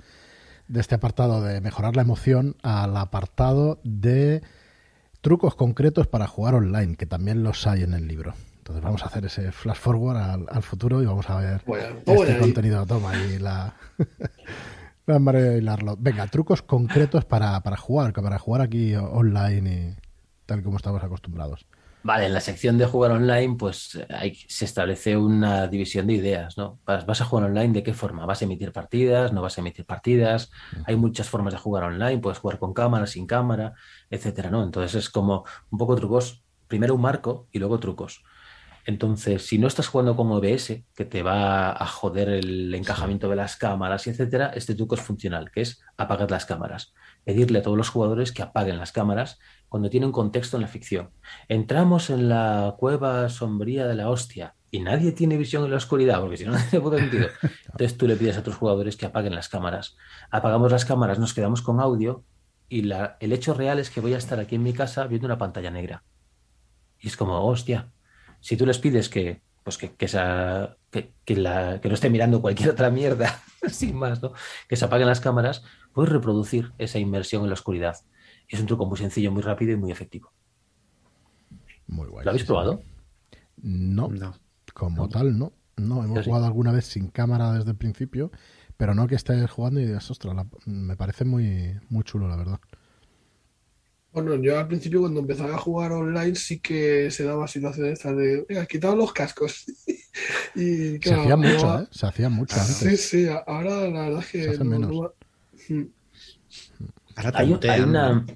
de mejorar la emoción al apartado de trucos concretos para jugar online, que también los hay en el libro. Entonces vamos a hacer ese flash forward al futuro y vamos a ver este contenido. Toma ahí la manera de hilarlo. Venga, trucos concretos para jugar aquí online y tal como estamos acostumbrados. Vale, en la sección de jugar online, pues se establece una división de ideas, ¿no? ¿Vas a jugar online de qué forma? ¿Vas a emitir partidas? ¿No vas a emitir partidas? Hay muchas formas de jugar online, puedes jugar con cámara, sin cámara, etcétera, ¿no? Entonces es como un poco trucos, primero un marco y luego trucos. Entonces, si no estás jugando con OBS, que te va a joder el encajamiento de las cámaras, y etcétera, este truco es funcional, que es apagar las cámaras. Pedirle a todos los jugadores que apaguen las cámaras cuando tiene un contexto en la ficción. Entramos en la cueva sombría de la hostia y nadie tiene visión en la oscuridad, porque si no, no tiene puto sentido. Entonces tú le pides a otros jugadores que apaguen las cámaras. Apagamos las cámaras, nos quedamos con audio y el hecho real es que voy a estar aquí en mi casa viendo una pantalla negra. Y es como, hostia, si tú les pides pues que no esté mirando cualquier otra mierda, sin más, ¿no? Que se apaguen las cámaras, puedes reproducir esa inmersión en la oscuridad. Y es un truco muy sencillo, muy rápido y muy efectivo. Muy guay. ¿Lo habéis probado? No, No. como tal, no. No, hemos Yo sí. jugado alguna vez sin cámara desde el principio, pero no que estés jugando y digas, ostras, me parece muy, muy chulo, la verdad. Bueno, yo al principio cuando empezaba a jugar online sí que se daba situaciones estas de, venga, quitad los cascos. Y Se claro, hacía mucho, ahora- ¿eh? Se hacía mucho Sí, antes. sí, ahora la verdad es Se que hace menos. Ahora te Hay mutean.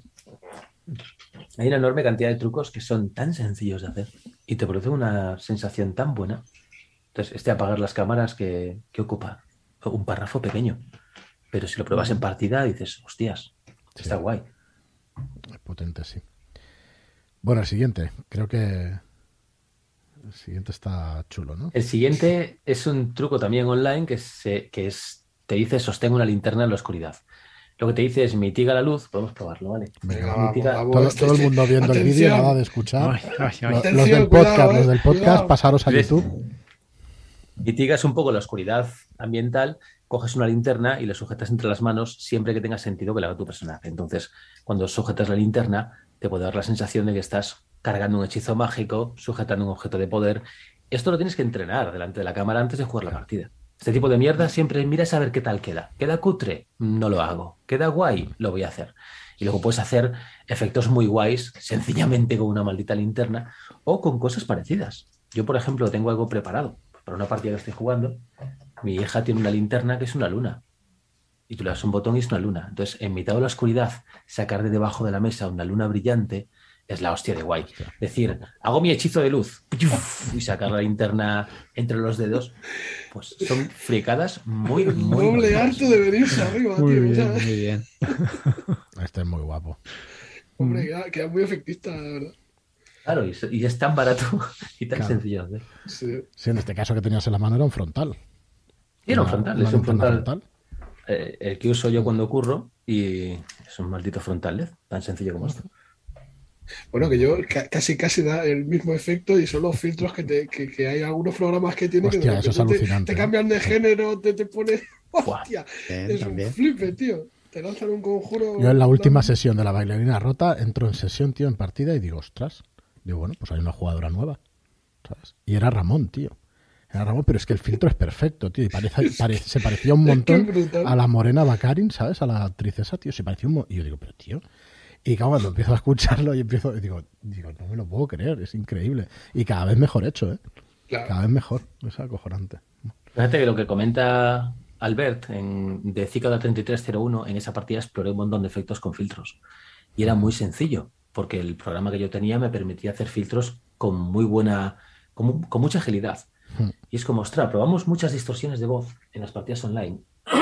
una enorme cantidad de trucos que son tan sencillos de hacer y te producen una sensación tan buena. Entonces, apagar las cámaras que ocupa un párrafo pequeño. Pero si lo pruebas en partida, dices, hostias, está guay. Es potente, sí. Bueno, el siguiente. Creo que el siguiente está chulo, ¿no? El siguiente es un truco también online te dice sostén una linterna en la oscuridad. Lo que te dice es mitiga la luz, podemos probarlo, ¿vale? Venga, vamos, Mitiga- vamos. Todo el mundo viendo el vídeo, nada de escuchar. Ay, ay, ay. Los Atención, del podcast, cuidado, los del podcast, cuidado. pasaros a ¿Ves? YouTube. Mitigas un poco la oscuridad ambiental, coges una linterna y la sujetas entre las manos siempre que tenga sentido que la haga tu personaje. Entonces, cuando sujetas la linterna, te puede dar la sensación de que estás cargando un hechizo mágico, sujetando un objeto de poder. Esto lo tienes que entrenar delante de la cámara antes de jugar la partida. Este tipo de mierda siempre mira a saber qué tal queda. ¿Queda cutre? No lo hago. ¿Queda guay? Lo voy a hacer. Y luego puedes hacer efectos muy guays sencillamente con una maldita linterna o con cosas parecidas. Yo, por ejemplo, tengo algo preparado para una partida que estoy jugando. Mi hija tiene una linterna que es una luna. Y tú le das un botón y es una luna. Entonces, en mitad de la oscuridad, sacar de debajo de la mesa una luna brillante es la hostia de guay. Decir, hago mi hechizo de luz y sacar la linterna entre los dedos, pues son fricadas muy, El muy doble normales. arte de venirse arriba, Muy tío. bien, ¿Sabes? muy bien. Este es muy guapo. Hombre, queda muy efectista, la verdad. Claro, y es tan barato y tan Claro. sencillo de hacer. Sí. Sí, en este caso que tenías en la mano era un frontal. Y era un Una- frontal, una es un linterna frontal. El que uso yo cuando curro y es un maldito frontal LED, tan sencillo como esto. Bueno, que yo casi da el mismo efecto y son los filtros que hay algunos programas que tienen que Hostia, de eso es repente alucinante, te cambian de género, te ponen... Buah. ¡Hostia! Bien, Es también. un flipe, tío. Te lanzan un conjuro... Yo en la última sesión de la bailarina rota entro en sesión, tío, en partida y digo, ostras. Digo, bueno, pues hay una jugadora nueva. ¿Sabes? Y era Ramón, tío. Era Ramón, pero es que el filtro es perfecto, tío. Y se parecía un Es que montón es brutal. a la Morena Baccarin, ¿sabes? A la actriz esa, tío. Se parecía un montón. Y yo digo, pero tío. Y claro, cuando empiezo a escucharlo y digo, no me lo puedo creer, es increíble. Y cada vez mejor hecho, ¿eh? Claro. Cada vez mejor. Es acojonante. Fíjate que lo que comenta Albert de Cicada 3301, en esa partida exploré un montón de efectos con filtros. Y era muy sencillo, porque el programa que yo tenía me permitía hacer filtros con muy buena, con mucha agilidad. Y es como, ostras, probamos muchas distorsiones de voz en las partidas online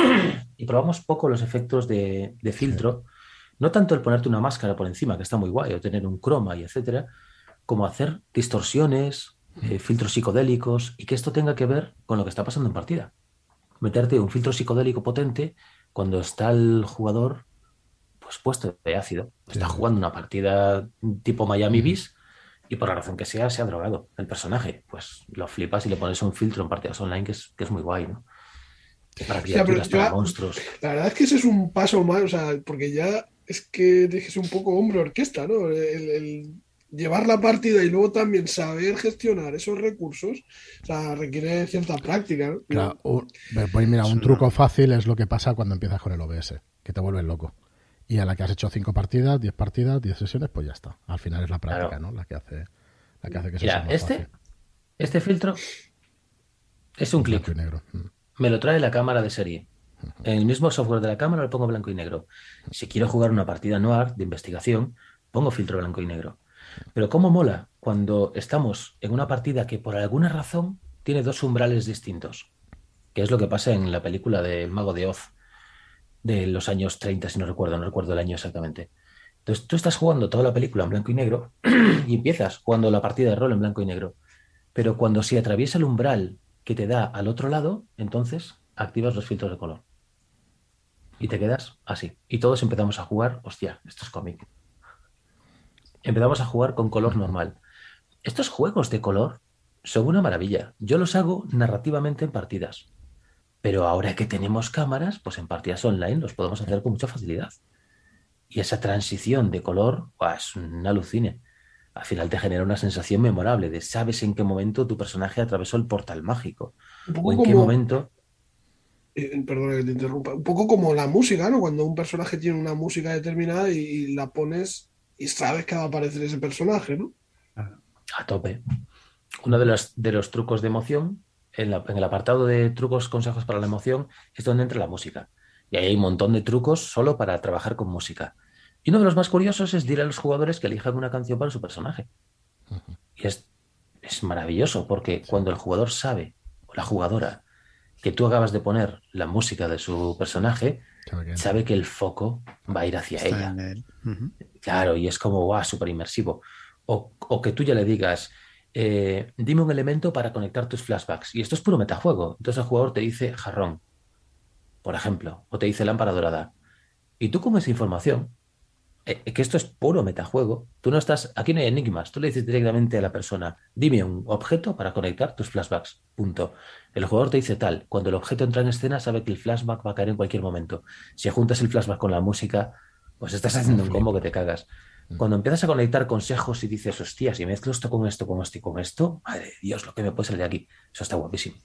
y probamos poco los efectos de filtro. No tanto el ponerte una máscara por encima, que está muy guay, o tener un croma y etcétera, como hacer distorsiones, filtros psicodélicos, y que esto tenga que ver con lo que está pasando en partida. Meterte un filtro psicodélico potente cuando está el jugador pues puesto de ácido. Está jugando una partida tipo Miami Vice y por la razón que sea, se ha drogado el personaje. Pues lo flipas y le pones un filtro en partidas online que es muy guay, ¿no? Para criaturas, para monstruos. La verdad es que ese es un paso más, o sea, porque ya es que es un poco hombre orquesta, ¿no? El llevar la partida y luego también saber gestionar esos recursos, o sea, requiere cierta práctica, ¿no? Claro, pues mira, un truco fácil es lo que pasa cuando empiezas con el OBS, que te vuelves loco. Y a la que has hecho 5 partidas, 10 partidas, 10 sesiones, pues ya está. Al final es la práctica, Claro. ¿no? La que hace que eso Mira, sea más fácil. este filtro es un clic. Blanco y negro. Me lo trae la cámara de serie. En el mismo software de la cámara lo pongo blanco y negro. Si quiero jugar una partida noir de investigación, pongo filtro blanco y negro. Pero ¿cómo mola cuando estamos en una partida que por alguna razón tiene dos umbrales distintos? Que es lo que pasa en la película de El Mago de Oz de los años 30, si no recuerdo el año exactamente. Entonces tú estás jugando toda la película en blanco y negro y empiezas jugando la partida de rol en blanco y negro. Pero cuando se atraviesa el umbral que te da al otro lado, entonces activas los filtros de color. Y te quedas así. Y todos empezamos a jugar, hostia, esto es cómic. Empezamos a jugar con color normal. Estos juegos de color son una maravilla. Yo los hago narrativamente en partidas. Pero ahora que tenemos cámaras, pues en partidas online los podemos hacer con mucha facilidad. Y esa transición de color, ¡buah!, es un alucine. Al final te genera una sensación memorable de sabes en qué momento tu personaje atravesó el portal mágico. Un O poco en qué como, momento... perdona que te interrumpa, un poco como la música, ¿no? Cuando un personaje tiene una música determinada y la pones y sabes que va a aparecer ese personaje, ¿no? A tope. Uno de los trucos de emoción, en el apartado de trucos, consejos para la emoción, es donde entra la música. Y ahí hay un montón de trucos solo para trabajar con música. Y uno de los más curiosos es decir a los jugadores que elijan una canción para su personaje. Y es maravilloso porque cuando el jugador sabe, o la jugadora, que tú acabas de poner la música de su personaje, sabe que el foco va a ir hacia Está ella. en él. Uh-huh. Claro, y es como, guau, súper inmersivo. O que tú ya le digas, dime un elemento para conectar tus flashbacks. Y esto es puro metajuego. Entonces el jugador te dice jarrón, por ejemplo, o te dice lámpara dorada. Y tú con esa información, que esto es puro metajuego, tú no estás, aquí no hay enigmas, tú le dices directamente a la persona, dime un objeto para conectar tus flashbacks, punto. El jugador te dice tal, cuando el objeto entra en escena sabe que el flashback va a caer en cualquier momento. Si juntas el flashback con la música, pues estás haciendo un combo que te cagas. Cuando empiezas a conectar consejos y dices, hostia, si mezclo esto con esto, con esto y con esto, madre de Dios, lo que me puede salir de aquí. Eso está guapísimo.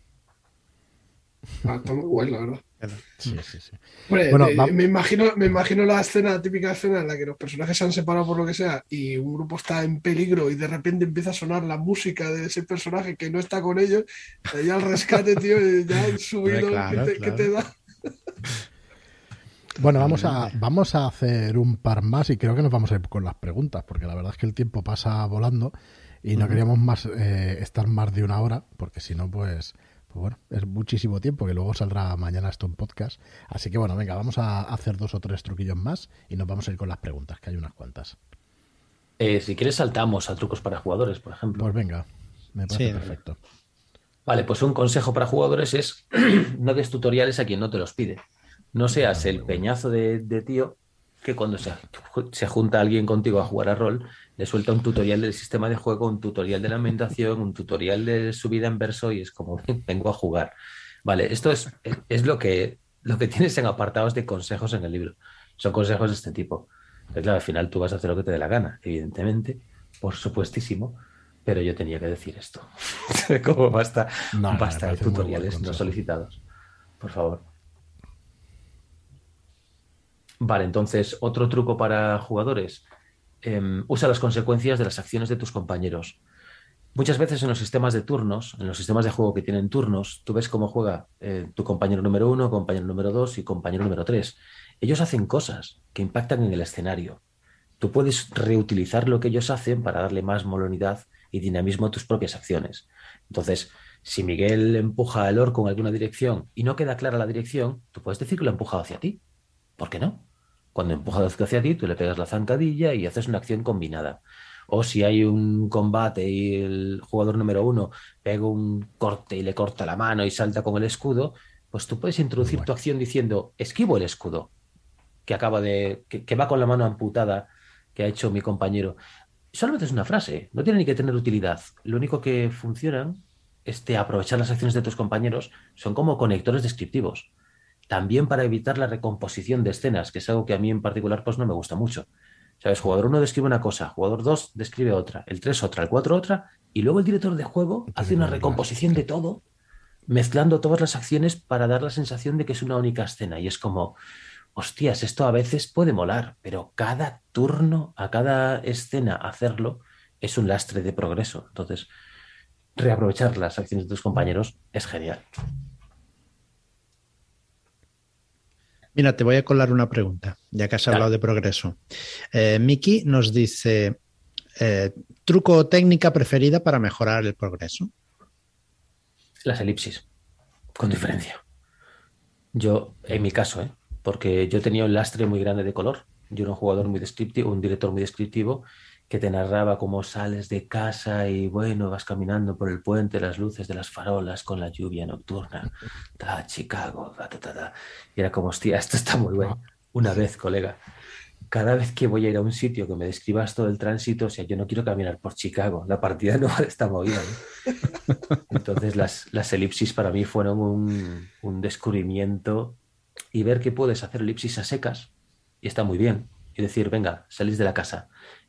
Está muy guay, la verdad. Sí, sí, sí. Hombre, Bueno, me imagino la típica escena en la que los personajes se han separado por lo que sea y un grupo está en peligro y de repente empieza a sonar la música de ese personaje que no está con ellos, ya al rescate, tío, y ya el subido Claro, que te da. Bueno, vamos a hacer un par más y creo que nos vamos a ir con las preguntas, porque la verdad es que el tiempo pasa volando y no queríamos más estar más de una hora, porque si no, pues bueno, es muchísimo tiempo, que luego saldrá mañana esto en podcast. Así que bueno, venga, vamos a hacer 2 o 3 truquillos más y nos vamos a ir con las preguntas, que hay unas cuantas. Si quieres saltamos a trucos para jugadores, por ejemplo. Pues venga, me parece Sí. perfecto. Vale, pues un consejo para jugadores es no des tutoriales a quien no te los pide. No seas el peñazo de tío que cuando se junta alguien contigo a jugar a rol, le suelta un tutorial del sistema de juego, un tutorial de la ambientación, un tutorial de subida en verso y es como, vengo a jugar. Vale, esto es lo que tienes en apartados de consejos en el libro. Son consejos de este tipo. Pero claro, al final tú vas a hacer lo que te dé la gana, evidentemente, por supuestísimo, pero yo tenía que decir esto. Como basta No, me de parece muy buen tutoriales no consejo. solicitados. Por favor. Vale, entonces, otro truco para jugadores. Usa las consecuencias de las acciones de tus compañeros. Muchas veces en los sistemas de turnos, en los sistemas de juego que tienen turnos, tú ves cómo juega tu compañero número 1, compañero número 2 y compañero número 3. Ellos hacen cosas que impactan en el escenario. Tú puedes reutilizar lo que ellos hacen para darle más molonidad y dinamismo a tus propias acciones. Entonces, si Miguel empuja al orco en alguna dirección y no queda clara la dirección, tú puedes decir que lo ha empujado hacia ti. ¿Por qué no? Cuando empuja hacia ti, tú le pegas la zancadilla y haces una acción combinada. O si hay un combate y el jugador número 1 pega un corte y le corta la mano y salta con el escudo, pues tú puedes introducir tu acción diciendo, esquivo el escudo, que va con la mano amputada que ha hecho mi compañero. Solamente es una frase, no tiene ni que tener utilidad. Lo único que funcionan es aprovechar las acciones de tus compañeros, son como conectores descriptivos. También para evitar la recomposición de escenas, que es algo que a mí en particular pues no me gusta mucho. ¿Sabes? Jugador 1 describe una cosa, jugador 2 describe otra, el 3 otra, el 4 otra, y luego el director de juego hace una recomposición de todo, mezclando todas las acciones para dar la sensación de que es una única escena. Y es como, hostias, esto a veces puede molar, pero cada turno, a cada escena hacerlo, es un lastre de progreso. Entonces, reaprovechar las acciones de tus compañeros es genial. Mira, te voy a colar una pregunta, ya que has hablado de progreso. Miki nos dice, ¿Truco o técnica preferida para mejorar el progreso? Las elipsis, con diferencia. Yo, en mi caso, porque yo tenía un lastre muy grande de color. Yo era un jugador muy descriptivo, un director muy descriptivo, que te narraba cómo sales de casa y bueno, vas caminando por el puente, las luces de las farolas con la lluvia nocturna, Chicago, ta. Y era como, hostia, esto está muy bueno. Una vez, colega, cada vez que voy a ir a un sitio que me describas todo el tránsito, o sea, yo no quiero caminar por Chicago, la partida no está movida, ¿no? Entonces las elipsis para mí fueron un descubrimiento y ver que puedes hacer elipsis a secas y está muy bien. Y decir, venga, salís de la casa,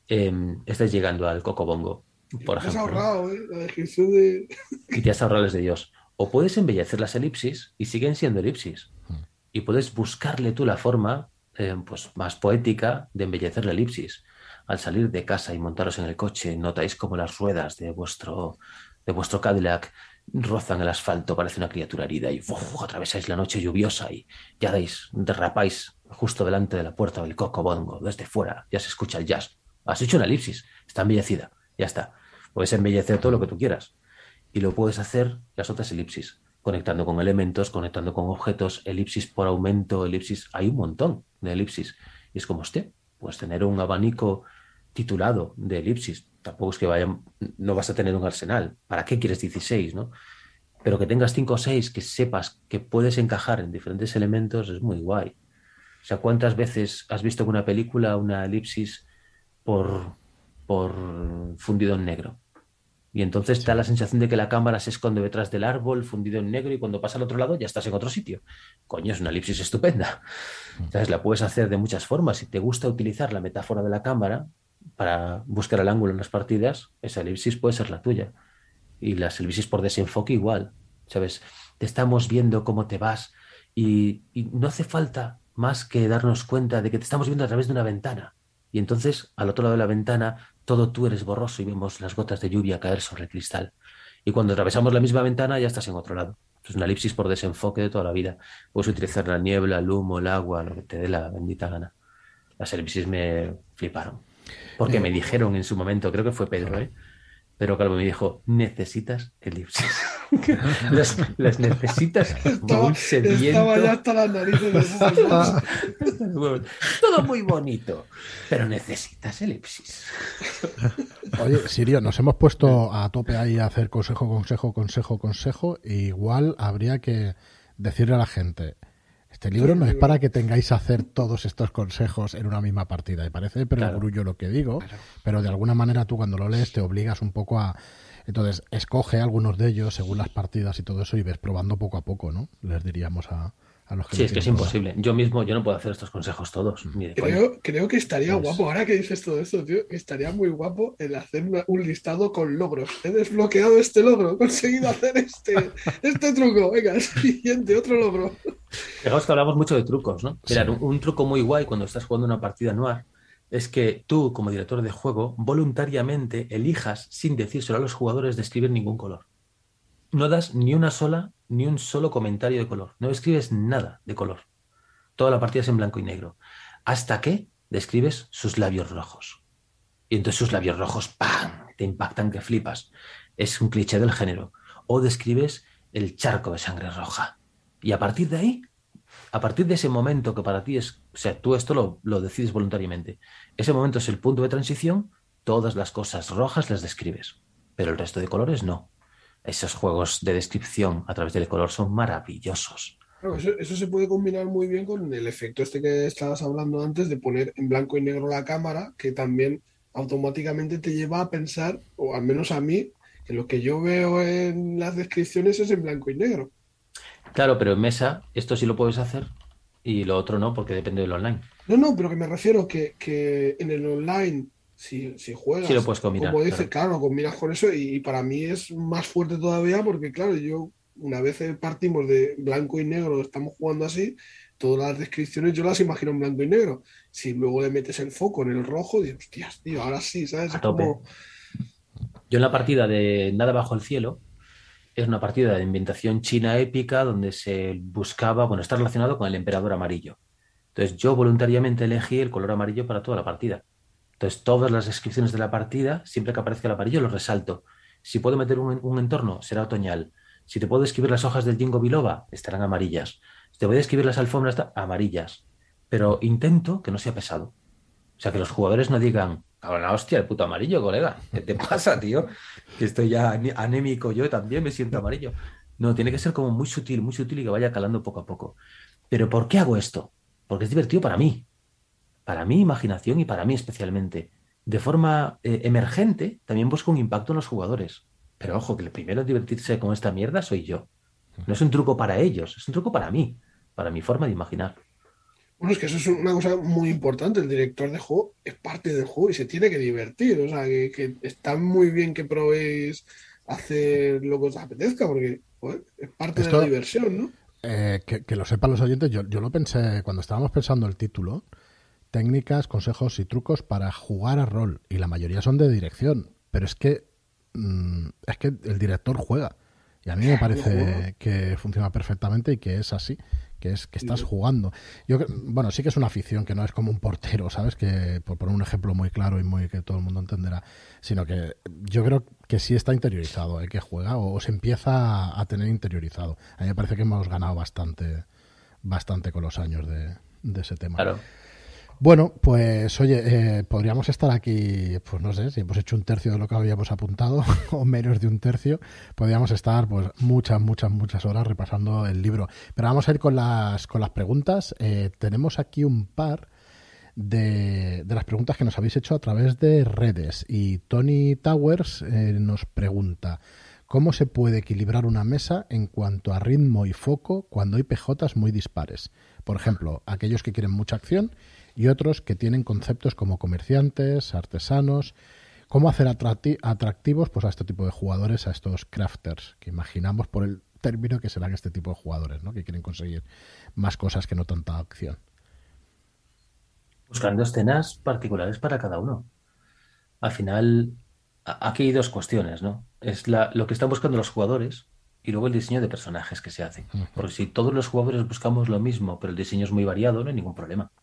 estáis llegando al Cocobongo, por Te has ejemplo, ¿no? ahorrado, la descripción de... Y te has ahorrado las de Dios. O puedes embellecer las elipsis y siguen siendo elipsis. Y puedes buscarle tú la forma pues más poética de embellecer la elipsis. Al salir de casa y montaros en el coche, notáis como las ruedas de vuestro Cadillac rozan el asfalto, parece una criatura herida, y atravesáis la noche lluviosa y ya derrapáis justo delante de la puerta del Cocobongo. Desde fuera ya se escucha el jazz. Has hecho una elipsis, está embellecida, ya está. Puedes embellecer todo lo que tú quieras. Y lo puedes hacer las otras elipsis, conectando con elementos, conectando con objetos, elipsis por aumento, elipsis. Hay un montón de elipsis. Y es como, hostia, puedes tener un abanico titulado de elipsis. Tampoco es que no vas a tener un arsenal. ¿Para qué quieres 16, no? Pero que tengas 5 o 6, que sepas que puedes encajar en diferentes elementos, es muy guay. O sea, ¿cuántas veces has visto en una película una elipsis por, por fundido en negro? Y entonces te da la sensación de que la cámara se esconde detrás del árbol fundido en negro y cuando pasa al otro lado ya estás en otro sitio. Coño, es una elipsis estupenda. Entonces la puedes hacer de muchas formas. Si te gusta utilizar la metáfora de la cámara para buscar el ángulo en las partidas, esa elipsis puede ser la tuya. Y las elipsis por desenfoque igual, ¿sabes? Te estamos viendo cómo te vas y no hace falta más que darnos cuenta de que te estamos viendo a través de una ventana. Y entonces, al otro lado de la ventana, todo tú eres borroso y vemos las gotas de lluvia caer sobre el cristal. Y cuando atravesamos la misma ventana, ya estás en otro lado. Es una elipsis por desenfoque de toda la vida. Puedes utilizar la niebla, el humo, el agua, lo que te dé la bendita gana. Las elipsis me fliparon. Porque me dijeron en su momento, creo que fue Pedro, pero Calvo me dijo, necesitas elipsis. las necesitas como un sediento. Estaba ya hasta las narices de Google. Todo muy bonito, pero necesitas elipsis. Oye, Sirio, nos hemos puesto a tope ahí a hacer consejo. E igual habría que decirle a la gente, este libro no es para que tengáis que hacer todos estos consejos en una misma partida. Y parece perogrullo lo que digo, pero de alguna manera tú cuando lo lees te obligas un poco a... Entonces, escoge algunos de ellos según las partidas y todo eso y ves probando poco a poco, ¿no? Les diríamos a los que... Sí, es que es imposible. Yo mismo, yo no puedo hacer estos consejos todos. Creo que estaría guapo, ahora que dices todo esto, tío, estaría muy guapo el hacer un listado con logros. He desbloqueado este logro, he conseguido hacer este truco. Venga, siguiente, otro logro. Fijaos que hablamos mucho de trucos, ¿no? Mira, un truco muy guay cuando estás jugando una partida noir es que tú, como director de juego, voluntariamente elijas, sin decírselo a los jugadores, de escribir ningún color. No das ni un solo comentario de color. No escribes nada de color. Toda la partida es en blanco y negro. Hasta que describes sus labios rojos. Y entonces sus labios rojos, ¡pam!, te impactan que flipas. Es un cliché del género. O describes el charco de sangre roja. Y a partir de ahí, a partir de ese momento que para ti es... O sea, tú esto lo decides voluntariamente. Ese momento es el punto de transición. Todas las cosas rojas las describes. Pero el resto de colores no. Esos juegos de descripción a través del color son maravillosos. Claro, eso se puede combinar muy bien con el efecto este que estabas hablando antes de poner en blanco y negro la cámara, que también automáticamente te lleva a pensar, o al menos a mí, que lo que yo veo en las descripciones es en blanco y negro. Claro, pero en mesa esto sí lo puedes hacer y lo otro no, porque depende del online. No, pero que me refiero que en el online, si juegas, sí lo puedes combinar, como dices, claro, combinas con eso y para mí es más fuerte todavía porque, claro, yo una vez partimos de blanco y negro, estamos jugando así, todas las descripciones yo las imagino en blanco y negro. Si luego le metes el foco en el rojo, digo, hostias, tío, ahora sí, ¿sabes? A Es tope. como... Yo en la partida de Nada bajo el cielo, es una partida de ambientación china épica donde se buscaba, bueno, está relacionado con el emperador amarillo. Entonces yo voluntariamente elegí el color amarillo para toda la partida. Entonces, todas las descripciones de la partida, siempre que aparezca el amarillo, lo resalto. Si puedo meter un entorno, será otoñal. Si te puedo describir las hojas del ginkgo biloba, estarán amarillas. Si te voy a describir las alfombras, amarillas. Pero intento que no sea pesado. O sea, que los jugadores no digan, cabrón, la hostia, el puto amarillo, colega. ¿Qué te pasa, tío? Que estoy ya anémico, yo también me siento amarillo. No, tiene que ser como muy sutil y que vaya calando poco a poco. ¿Pero por qué hago esto? Porque es divertido para mi imaginación y para mí especialmente. De forma emergente, también busco un impacto en los jugadores. Pero ojo, que el primero en divertirse con esta mierda soy yo. No es un truco para ellos, es un truco para mí, para mi forma de imaginar. Bueno, es que eso es una cosa muy importante. El director de juego es parte del juego y se tiene que divertir. O sea, que está muy bien que probéis hacer lo que os apetezca, porque joder, es parte de la diversión, ¿no? Que lo sepan los oyentes, yo lo pensé cuando estábamos pensando el título, técnicas, consejos y trucos para jugar a rol, y la mayoría son de dirección, pero es que el director juega, y a mí me parece que funciona perfectamente y que es así, que estás jugando. Bueno, sí que es una afición, que no es como un portero, ¿sabes? Que por poner un ejemplo muy claro y muy que todo el mundo entenderá, sino que yo creo que sí está interiorizado, que juega o se empieza a tener interiorizado. A mí me parece que hemos ganado bastante con los años de ese tema. Claro. Bueno, pues oye, podríamos estar aquí, pues no sé, si hemos hecho un tercio de lo que habíamos apuntado o menos de un tercio, podríamos estar pues muchas horas repasando el libro. Pero vamos a ir con las preguntas. Tenemos aquí un par de las preguntas que nos habéis hecho a través de redes, y Tony Towers nos pregunta: ¿cómo se puede equilibrar una mesa en cuanto a ritmo y foco cuando hay PJs muy dispares? Por ejemplo, aquellos que quieren mucha acción y otros que tienen conceptos como comerciantes, artesanos. ¿Cómo hacer atractivos pues a este tipo de jugadores, a estos crafters, que imaginamos por el término que serán este tipo de jugadores, ¿no? Que quieren conseguir más cosas que no tanta acción? Buscando escenas particulares para cada uno. Al final, aquí hay dos cuestiones, ¿no? Es lo que están buscando los jugadores y luego el diseño de personajes que se hacen. Porque si todos los jugadores buscamos lo mismo, pero el diseño es muy variado, no hay ningún problema.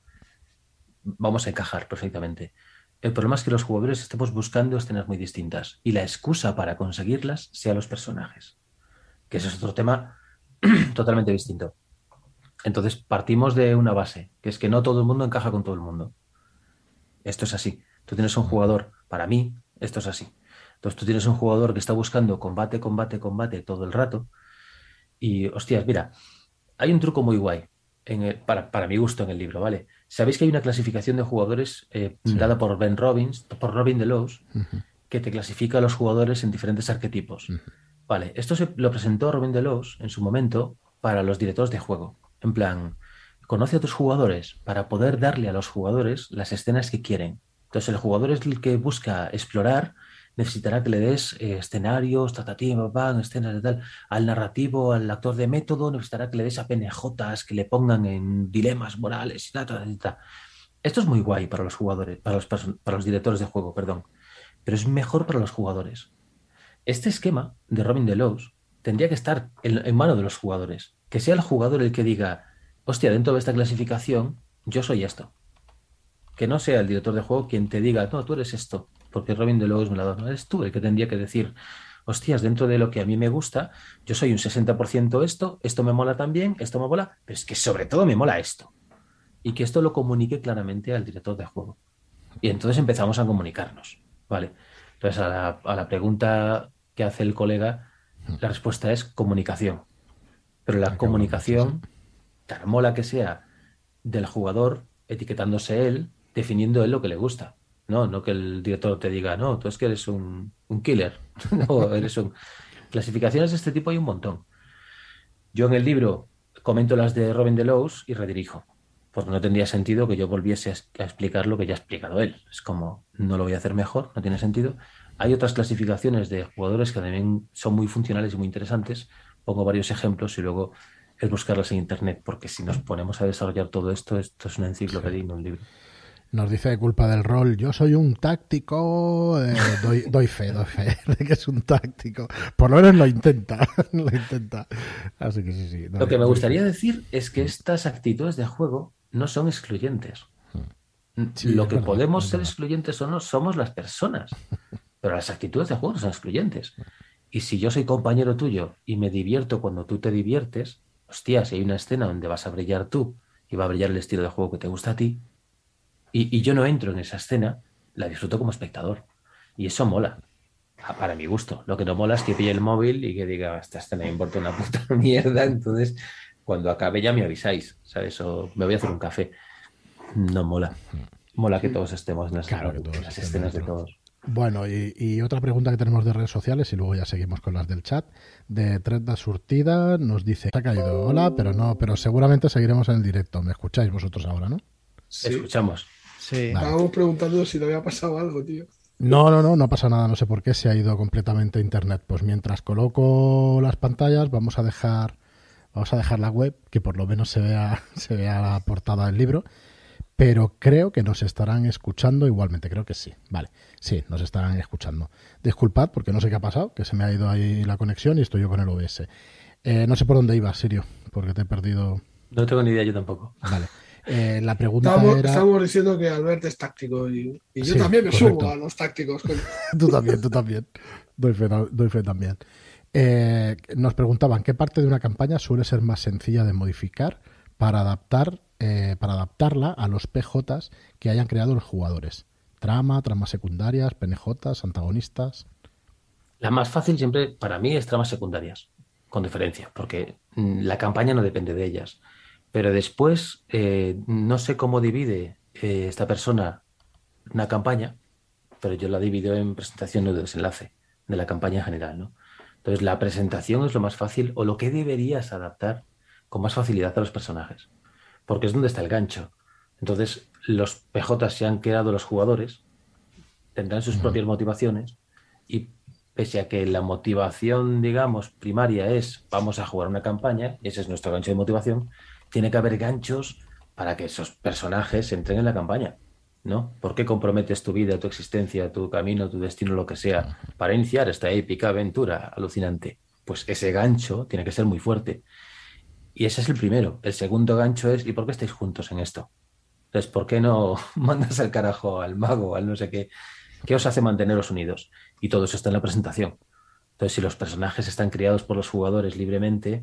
Vamos a encajar perfectamente. El problema es que los jugadores estemos buscando escenas muy distintas y la excusa para conseguirlas sea los personajes, que ese es otro tema totalmente distinto. Entonces partimos de una base, que es que no todo el mundo encaja con todo el mundo. Esto es así. Tú tienes un jugador, para mí, esto es así. Entonces tú tienes un jugador que está buscando combate todo el rato y, hostias, mira, hay un truco muy guay para mi gusto en el libro, ¿vale? Sabéis que hay una clasificación de jugadores dada por por Robin DeLoos, que te clasifica a los jugadores en diferentes arquetipos. Vale, esto lo presentó Robin DeLoos en su momento para los directores de juego. En plan, conoce a tus jugadores para poder darle a los jugadores las escenas que quieren. Entonces, el jugador es el que busca explorar, necesitará que le des escenarios, escenas de tal. Al narrativo, al actor de método, necesitará que le des a PNJs que le pongan en dilemas morales y tal. Esto es muy guay para los jugadores, para los directores de juego, perdón. Pero es mejor para los jugadores. Este esquema de Robin DeLoos tendría que estar en mano de los jugadores. Que sea el jugador el que diga, hostia, dentro de esta clasificación, yo soy esto. Que no sea el director de juego quien te diga, no, tú eres esto, porque Robin DeLoos me lo ha dado. No, eres tú el que tendría que decir, hostias, dentro de lo que a mí me gusta, yo soy un 60% esto me mola también, esto me mola, pero es que sobre todo me mola esto. Y que esto lo comunique claramente al director de juego. Y entonces empezamos a comunicarnos, ¿vale? Entonces a la pregunta que hace el colega, la respuesta es comunicación. Pero la comunicación, tan mola que sea del jugador, etiquetándose él, definiendo él lo que le gusta. No que el director te diga, no, tú es que eres un killer. No, eres un... Clasificaciones de este tipo hay un montón. Yo en el libro comento las de Robin DeLoos y redirijo, porque no tendría sentido que yo volviese a explicar lo que ya ha explicado él. Es como, no lo voy a hacer mejor, no tiene sentido. Hay otras clasificaciones de jugadores que también son muy funcionales y muy interesantes. Pongo varios ejemplos y luego es buscarlas en internet, porque si nos ponemos a desarrollar todo esto es una enciclopedia y no un libro. Nos dice de culpa del rol, yo soy un táctico, doy fe de que es un táctico. Por lo menos lo intenta. Así que sí. Lo que me gustaría decir es que estas actitudes de juego no son excluyentes. Sí, Lo es que verdad, podemos es ser verdad. excluyentes o no somos las personas, pero las actitudes de juego no son excluyentes. Y si yo soy compañero tuyo y me divierto cuando tú te diviertes, hostia, si hay una escena donde vas a brillar tú y va a brillar el estilo de juego que te gusta a ti, y yo no entro en esa escena, la disfruto como espectador. Y eso mola, para mi gusto. Lo que no mola es que pille el móvil y que diga, esta escena me importa una puta mierda, entonces cuando acabe ya me avisáis, ¿sabes? O me voy a hacer un café. No mola. Mola que todos estemos Claro que en todos las estén escenas de dentro. todos. Bueno, y otra pregunta que tenemos de redes sociales y luego ya seguimos con las del chat. De Tredda Surtida nos dice, se ha caído, hola, pero no, pero seguramente seguiremos en el directo. ¿Me escucháis vosotros ahora, no? Sí. Escuchamos. Sí. Vale. Estábamos preguntando si te había pasado algo, tío. No pasa nada, no sé por qué se ha ido completamente internet. Pues mientras coloco las pantallas, vamos a dejar la web, que por lo menos se vea la portada del libro. Pero creo que nos estarán escuchando igualmente, creo que sí. Vale, sí, nos estarán escuchando. Disculpad porque no sé qué ha pasado, que se me ha ido ahí la conexión y estoy yo con el OBS. No sé por dónde ibas, Sirio, porque te he perdido. No tengo ni idea yo tampoco. Vale. La pregunta era... Estábamos diciendo que Albert es táctico y yo Sí, también me correcto. sumo a los tácticos. coño. Tú también. Doy fe también. Nos preguntaban qué parte de una campaña suele ser más sencilla de modificar para adaptarla a los PJs que hayan creado los jugadores. Tramas secundarias, PNJs, antagonistas. La más fácil siempre para mí es tramas secundarias, con diferencia, porque la campaña no depende de ellas. Pero después, no sé cómo divide esta persona una campaña, pero yo la divido en presentación y desenlace de la campaña en general, ¿no? Entonces, la presentación es lo más fácil o lo que deberías adaptar con más facilidad a los personajes, porque es donde está el gancho. Entonces, los PJs se han creado los jugadores, tendrán sus propias motivaciones y pese a que la motivación, digamos, primaria es vamos a jugar una campaña, y ese es nuestro gancho de motivación, tiene que haber ganchos para que esos personajes entren en la campaña, ¿no? ¿Por qué comprometes tu vida, tu existencia, tu camino, tu destino, lo que sea, para iniciar esta épica aventura alucinante? Pues ese gancho tiene que ser muy fuerte. Y ese es el primero. El segundo gancho es, ¿y por qué estáis juntos en esto? Entonces, ¿por qué no mandas al carajo al mago, al no sé qué? ¿Qué os hace manteneros unidos? Y todo eso está en la presentación. Entonces, si los personajes están criados por los jugadores libremente,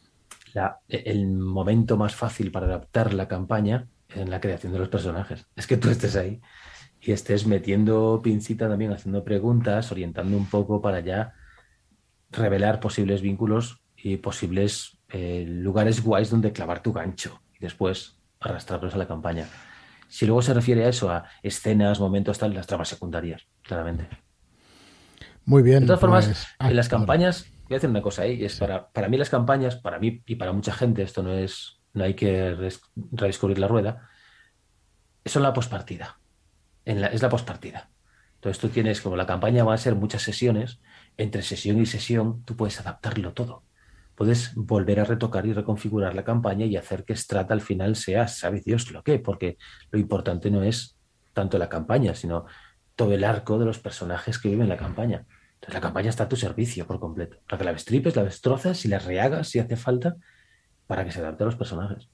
el momento más fácil para adaptar la campaña es en la creación de los personajes. Es que tú estés ahí y estés metiendo pincita también, haciendo preguntas, orientando un poco para ya revelar posibles vínculos y posibles lugares guays donde clavar tu gancho y después arrastrarlos a la campaña. Si luego se refiere a eso, a escenas, momentos, tal, las tramas secundarias, claramente. Muy bien. De todas formas, pues... en las perdona. campañas, voy a decir una cosa ahí, y es Sí. para mí las campañas, para mí y para mucha gente, esto no hay que redescubrir la rueda, son la pospartida. Es la pospartida. Entonces tú tienes, como la campaña va a ser muchas sesiones, entre sesión y sesión tú puedes adaptarlo todo. Puedes volver a retocar y reconfigurar la campaña y hacer que Strata al final sea, sabe Dios lo que, porque lo importante no es tanto la campaña, sino todo el arco de los personajes que viven la campaña. Entonces la campaña está a tu servicio por completo. Para que la destripes, la destrozas y la rehagas si hace falta para que se adapte a los personajes.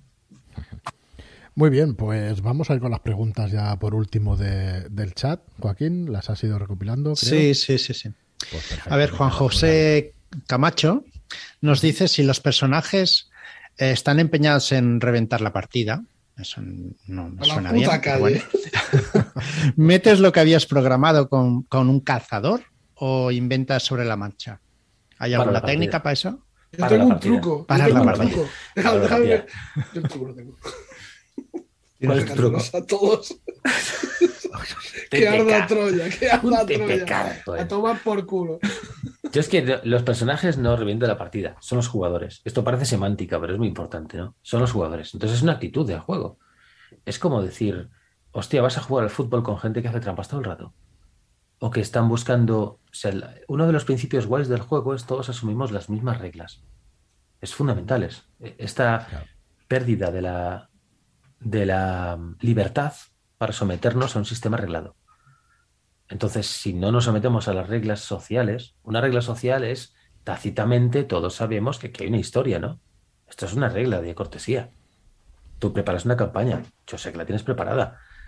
Muy bien, pues vamos a ir con las preguntas ya por último del chat. Joaquín, las has ido recopilando, creo. Sí. Pues perfecto, A ver, Juan venga, José Camacho nos dice si los personajes están empeñados en reventar la partida. Eso no me A la suena puta bien. Pero calle. bueno. ¿Metes lo que habías programado con un cazador o inventas sobre la marcha? ¿Hay Para alguna la partida. técnica para eso? Yo Para tengo la un partida. truco. Para Yo tengo la un partida. truco. Para la Déjame. partida. Yo el truco lo tengo. ¿Cuál es tu truco? A todos. Te Que arda peca. Troya, que arda Un te Troya. peca, joder. A tomar por culo. Yo es que los personajes no revientan la partida, son los jugadores. Esto parece semántica, pero es muy importante, ¿no? Son los jugadores. Entonces es una actitud del juego. Es como decir, hostia, vas a jugar al fútbol con gente que hace trampas todo el rato. O que están buscando... O sea, uno de los principios guays del juego es todos asumimos las mismas reglas. Es fundamental. Esta Claro. pérdida de la libertad para someternos a un sistema arreglado. Entonces, si no nos sometemos a las reglas sociales, una regla social es tácitamente todos sabemos que aquí hay una historia, ¿no? Esto es una regla de cortesía. Tú preparas una campaña, yo sé que la tienes preparada,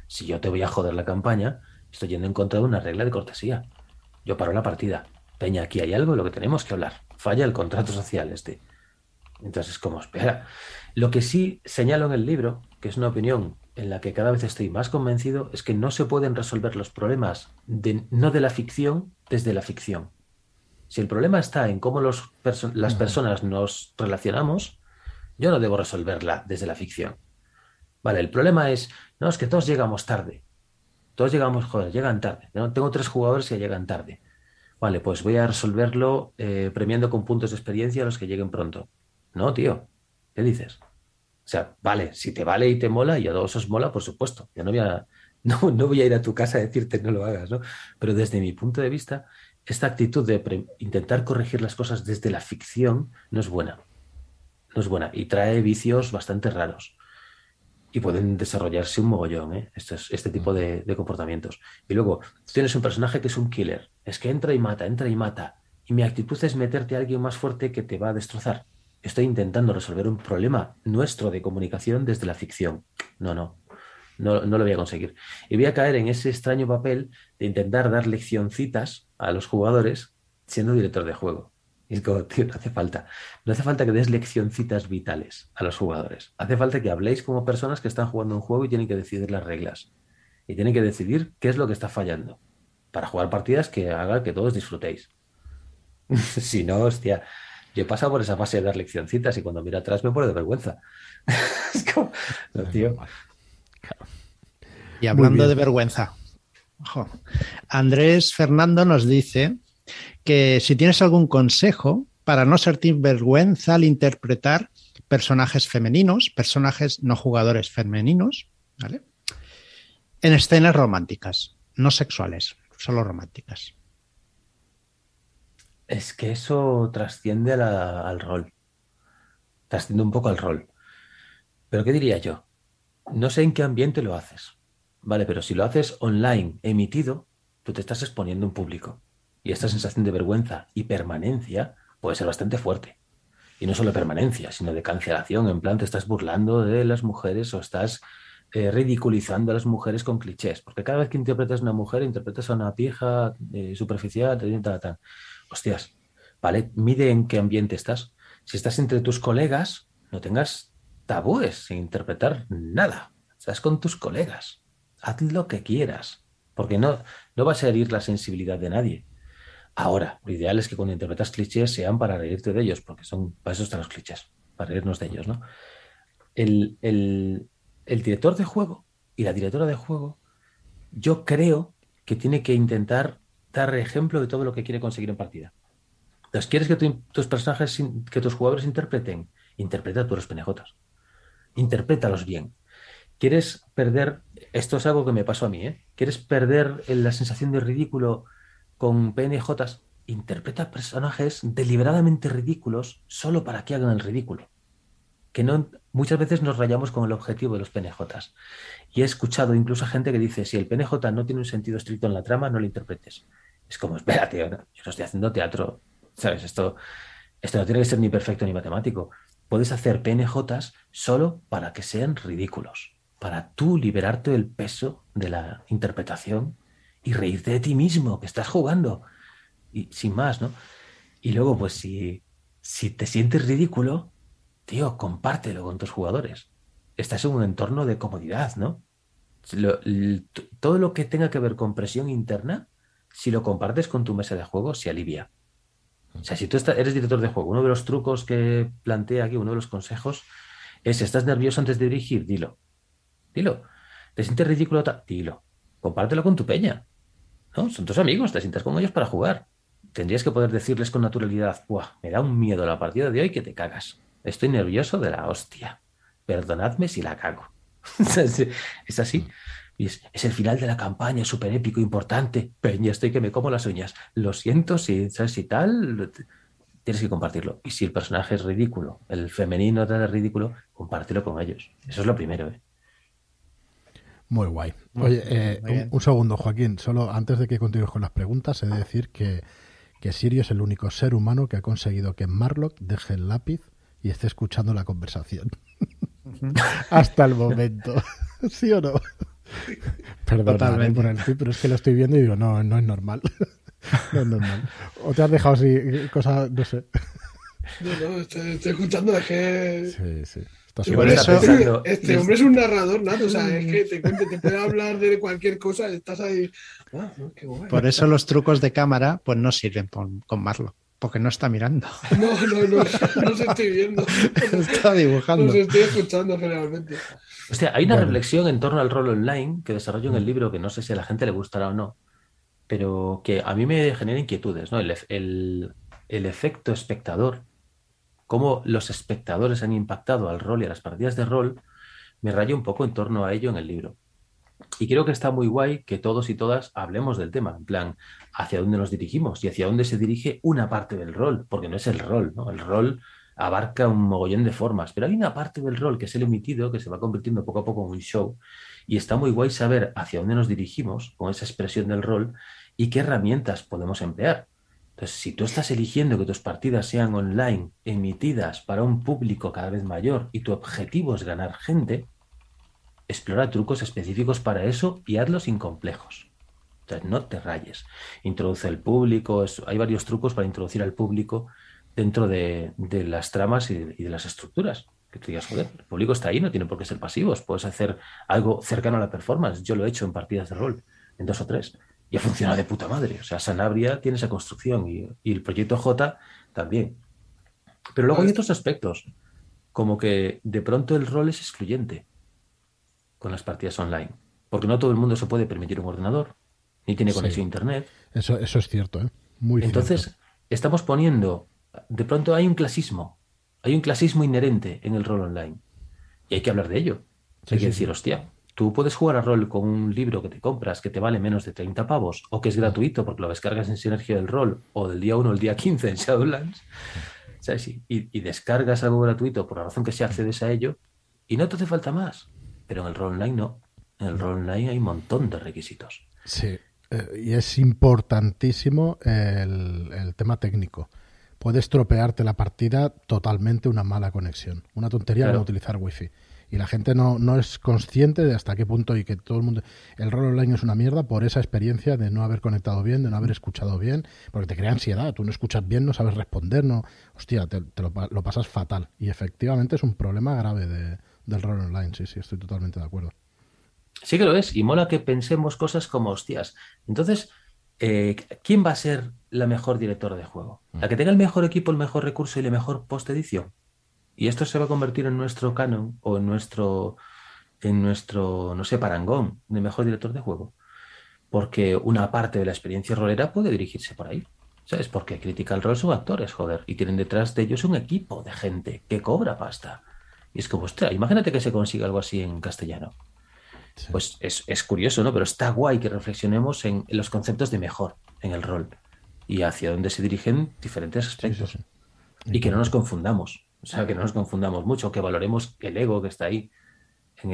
Si yo te voy a joder la campaña, estoy yendo en contra de una regla de cortesía. Yo paro la partida. Peña, aquí hay algo de lo que tenemos que hablar. Falla el contrato social este. Entonces, como espera. Lo que sí señalo en el libro, que es una opinión en la que cada vez estoy más convencido, es que no se pueden resolver los problemas no de la ficción desde la ficción. Si el problema está en cómo las personas nos relacionamos, yo no debo resolverla desde la ficción. Vale, el problema es, no, es que todos llegamos tarde. Todos llegan tarde. ¿No? Tengo 3 jugadores que llegan tarde. Vale, pues voy a resolverlo premiando con puntos de experiencia a los que lleguen pronto. No, tío, ¿qué dices? O sea, vale, si te vale y te mola, y a todos os mola, por supuesto. Yo no voy a ir a tu casa a decirte no lo hagas, ¿no? Pero desde mi punto de vista, esta actitud de intentar corregir las cosas desde la ficción no es buena. No es buena y trae vicios bastante raros. Y pueden desarrollarse un mogollón, ¿eh? Este tipo de comportamientos. Y luego, tú tienes un personaje que es un killer. Es que entra y mata. Y mi actitud es meterte a alguien más fuerte que te va a destrozar. Estoy intentando resolver un problema nuestro de comunicación desde la ficción. No lo voy a conseguir. Y voy a caer en ese extraño papel de intentar dar leccioncitas a los jugadores siendo director de juego. Y es como, tío, no hace falta. No hace falta que des leccioncitas vitales a los jugadores. Hace falta que habléis como personas que están jugando un juego y tienen que decidir las reglas. Y tienen que decidir qué es lo que está fallando. Para jugar partidas que hagan que todos disfrutéis. Si no, hostia, yo he pasado por esa fase de dar leccioncitas y cuando miro atrás me pone de vergüenza. Es como, no, tío. Y hablando de vergüenza, ojo, Andrés Fernando nos dice que si tienes algún consejo para no sentir vergüenza al interpretar personajes femeninos, personajes no jugadores femeninos, ¿vale? En escenas románticas, no sexuales, solo románticas. Es que eso trasciende al rol. Trasciende un poco al rol. Pero ¿qué diría yo? No sé en qué ambiente lo haces. Vale, pero si lo haces online, emitido, tú te estás exponiendo en público. Y esta sensación de vergüenza y permanencia puede ser bastante fuerte. Y no solo permanencia, sino de cancelación. En plan, te estás burlando de las mujeres o estás ridiculizando a las mujeres con clichés. Porque cada vez que interpretas a una mujer, interpretas a una pija superficial, tal. Hostias, ¿vale? Mide en qué ambiente estás. Si estás entre tus colegas, no tengas tabúes sin interpretar nada. Estás con tus colegas. Haz lo que quieras. Porque no vas a herir la sensibilidad de nadie. Ahora, lo ideal es que cuando interpretas clichés sean para reírte de ellos, porque para eso están los clichés, para reírnos de ellos, ¿no? El director de juego y la directora de juego, yo creo que tiene que intentar dar ejemplo de todo lo que quiere conseguir en partida. Entonces, ¿quieres que tus personajes, que tus jugadores interpreten? Interpreta tú los penejotas. Interprétalos bien. ¿Quieres perder? Esto es algo que me pasó a mí, ¿eh? ¿Quieres perder la sensación de ridículo con PNJs? Interpreta personajes deliberadamente ridículos solo para que hagan el ridículo. Que no, muchas veces nos rayamos con el objetivo de los PNJs. Y he escuchado incluso a gente que dice, si el PNJ no tiene un sentido estricto en la trama, no lo interpretes. Es como, espérate, yo no estoy haciendo teatro, ¿sabes? Esto no tiene que ser ni perfecto ni matemático. Puedes hacer PNJs solo para que sean ridículos, para tú liberarte del peso de la interpretación y reírte de ti mismo, que estás jugando, y sin más, ¿no? Y luego, pues si te sientes ridículo, tío, compártelo con tus jugadores. Estás en un entorno de comodidad, ¿no? Todo lo que tenga que ver con presión interna, si lo compartes con tu mesa de juego, se alivia. O sea, si tú eres director de juego, uno de los trucos que plantea aquí, uno de los consejos, es, ¿estás nervioso antes de dirigir? Dilo. ¿Te sientes ridículo? Dilo. Compártelo con tu peña, ¿no? Son tus amigos, te sientas con ellos para jugar. Tendrías que poder decirles con naturalidad, ¡buah! Me da un miedo la partida de hoy que te cagas. Estoy nervioso de la hostia. Perdonadme si la cago. Es así. Y es el final de la campaña, es súper épico, importante. Peña, estoy que me como las uñas. Lo siento, si tal, tienes que compartirlo. Y si el personaje es ridículo, el femenino es ridículo, compártelo con ellos. Eso es lo primero, ¿eh? Muy guay. Oye, un segundo, Joaquín. Solo antes de que continúes con las preguntas, he de decir que Sirio es el único ser humano que ha conseguido que Marlock deje el lápiz y esté escuchando la conversación. Hasta el momento. ¿Sí o no? Perdona Totalmente. por el tip, pero es que lo estoy viendo y digo, no, no es normal. No es normal. O te has dejado así cosas, no sé. No, estoy escuchando, es que Sí, sí. Estás Y por súper- eso- este hombre es un narrador nato, o sea, es que te puede hablar de cualquier cosa, estás ahí. Ah, qué guay. Por eso los trucos de cámara pues no sirven con Marlo, porque no está mirando. No os estoy viendo. Está dibujando. Os estoy escuchando generalmente. Hostia, hay una Bueno. reflexión en torno al rol online que desarrollo en el libro que no sé si a la gente le gustará o no, pero que a mí me genera inquietudes, ¿no? El efecto espectador, cómo los espectadores han impactado al rol y a las partidas de rol, me rayo un poco en torno a ello en el libro. Y creo que está muy guay que todos y todas hablemos del tema, en plan, hacia dónde nos dirigimos y hacia dónde se dirige una parte del rol, porque no es el rol, ¿no? El rol abarca un mogollón de formas, pero hay una parte del rol que es el emitido, que se va convirtiendo poco a poco en un show, y está muy guay saber hacia dónde nos dirigimos con esa expresión del rol y qué herramientas podemos emplear. Entonces, si tú estás eligiendo que tus partidas sean online, emitidas para un público cada vez mayor, y tu objetivo es ganar gente, explora trucos específicos para eso y hazlos sin complejos. O sea, no te rayes. Introduce el público, hay varios trucos para introducir al público dentro de las tramas y de las estructuras. Que tú digas, joder, el público está ahí, no tiene por qué ser pasivos. Puedes hacer algo cercano a la performance. Yo lo he hecho en partidas de rol, en 2 o 3, y ha funcionado de puta madre. O sea, Sanabria tiene esa construcción y el proyecto J también. Pero luego hay otros aspectos, como que de pronto el rol es excluyente con las partidas online, porque no todo el mundo se puede permitir un ordenador, ni tiene Sí. conexión a internet. Eso es cierto, ¿eh? Muy Entonces, cierto. estamos poniendo, de pronto hay un clasismo inherente en el rol online, y hay que hablar de ello. Sí, Hay que sí, decir, sí. hostia, tú puedes jugar a rol con un libro que te compras que te vale menos de 30 pavos, o que es gratuito porque lo descargas en Sinergia del Rol, o del día 1 al día 15 en Shadowlands, ¿sabes? Y descargas algo gratuito por la razón que sea, accedes a ello, y no te hace falta más. Pero en el rol online no. En el rol online hay un montón de requisitos. Sí, y es importantísimo el tema técnico. Puede estropearte la partida totalmente una mala conexión. Una tontería Claro. como utilizar wifi. Y la gente no es consciente de hasta qué punto y que todo el mundo... El rol online es una mierda por esa experiencia de no haber conectado bien, de no haber escuchado bien, porque te crea ansiedad. Tú no escuchas bien, no sabes responder, no... Hostia, te lo pasas fatal. Y efectivamente es un problema grave del rol online. Sí, sí, estoy totalmente de acuerdo. Sí que lo es, y mola que pensemos cosas como, hostias, entonces, ¿quién va a ser la mejor directora de juego? ¿La que tenga el mejor equipo, el mejor recurso y la mejor post-edición? Y esto se va a convertir en nuestro canon o en nuestro, no sé, parangón de mejor director de juego. Porque una parte de la experiencia rolera puede dirigirse por ahí. ¿Sabes? Porque Critical Role son actores, joder, y tienen detrás de ellos un equipo de gente que cobra pasta. Y es como, ostras, imagínate que se consiga algo así en castellano. Sí. Pues es curioso, ¿no? Pero está guay que reflexionemos en los conceptos de mejor en el rol y hacia dónde se dirigen diferentes Sí, sí, aspectos. sí. Y que no nos confundamos. O sea, que no nos confundamos mucho, que valoremos el ego que está ahí. En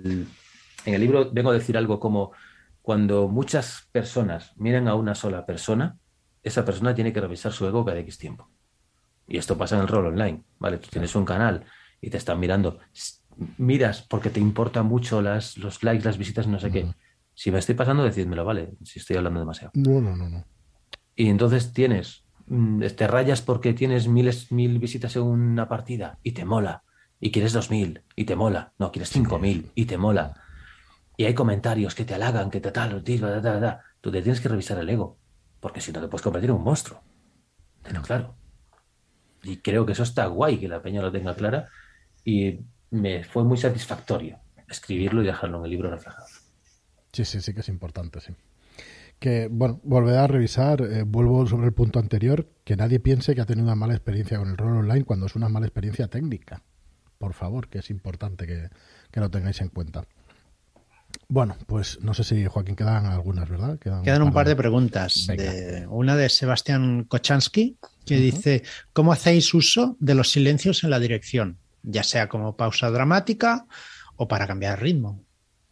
el libro vengo a decir algo como cuando muchas personas miran a una sola persona, esa persona tiene que revisar su ego cada X tiempo. Y esto pasa en el rol online, ¿vale? Tú tienes un canal y te están mirando. Miras porque te importan mucho los likes, las visitas, no sé qué. Si me estoy pasando, decídmelo, ¿vale? Si estoy hablando demasiado. No. Y entonces te rayas porque tienes mil visitas en una partida y te mola. Y quieres 2000 y te mola. No, quieres 5000 y te mola. Y hay comentarios que te halagan, que te tal, tú te tienes que revisar el ego. Porque si no te puedes convertir en un monstruo. Pero claro. Y creo que eso está guay, que la peña lo tenga clara. Y me fue muy satisfactorio escribirlo y dejarlo en el libro reflejado. Sí, que es importante, sí. Que, bueno, volveré a revisar, vuelvo sobre el punto anterior, que nadie piense que ha tenido una mala experiencia con el rol online cuando es una mala experiencia técnica. Por favor, que es importante que lo tengáis en cuenta. Bueno, pues no sé si, Joaquín, quedan algunas, ¿verdad? Quedan un par de preguntas. Una de Sebastián Kochansky, que dice, ¿cómo hacéis uso de los silencios en la dirección? Ya sea como pausa dramática o para cambiar ritmo.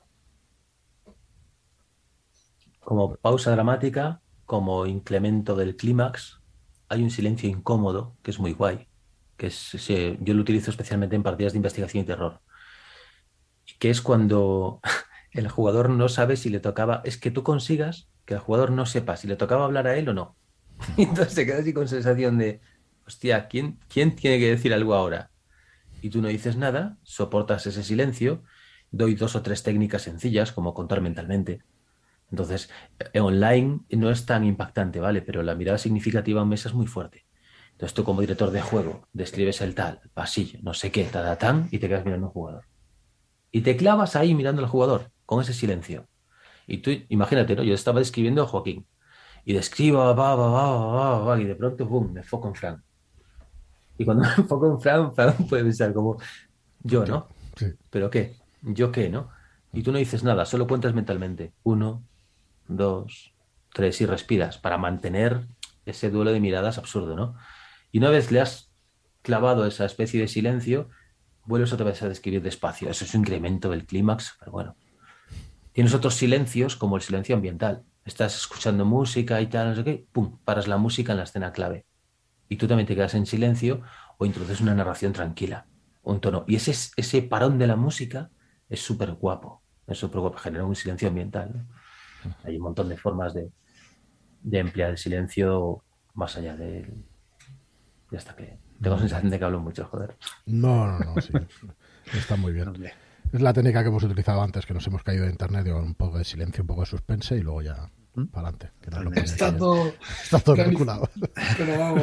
Como pausa dramática, como incremento del clímax, hay un silencio incómodo que es muy guay, que yo lo utilizo especialmente en partidas de investigación y terror, que es cuando el jugador no sabe si le tocaba, es que tú consigas que el jugador no sepa si le tocaba hablar a él o no. Y entonces se queda así con sensación de, hostia, ¿quién tiene que decir algo ahora? Y tú no dices nada, soportas ese silencio, doy 2 o 3 técnicas sencillas, como contar mentalmente. Entonces, online no es tan impactante, ¿vale? Pero la mirada significativa en mesa es muy fuerte. Entonces tú como director de juego describes el tal, el pasillo, no sé qué, tadatán, y te quedas mirando a un jugador. Y te clavas ahí mirando al jugador, con ese silencio. Y tú, imagínate, ¿no? Yo estaba describiendo a Joaquín. Y describo, y de pronto, boom, me enfoco en Fran. Y cuando me enfoco en Fran puede pensar como, yo, ¿no? Sí. ¿Pero qué? ¿Yo qué, no? Y tú no dices nada, solo cuentas mentalmente. 1, 2, 3 y respiras para mantener ese duelo de miradas absurdo, ¿no? Y una vez le has clavado esa especie de silencio, vuelves otra vez a describir despacio. Eso es un incremento del clímax, pero bueno. Tienes otros silencios, como el silencio ambiental. Estás escuchando música y tal, no sé qué, pum, paras la música en la escena clave. Y tú también te quedas en silencio o introduces una narración tranquila, un tono. Y ese parón de la música es súper guapo. Es súper guapo, genera un silencio ambiental, ¿no? Hay un montón de formas de emplear el silencio más allá de... Ya está, que tengo la sensación de que hablo mucho, joder. No, sí. Está muy bien. Es la técnica que hemos utilizado antes, que nos hemos caído de internet, digo, un poco de silencio, un poco de suspense y luego ya para adelante. Está todo calculado. Pero vamos.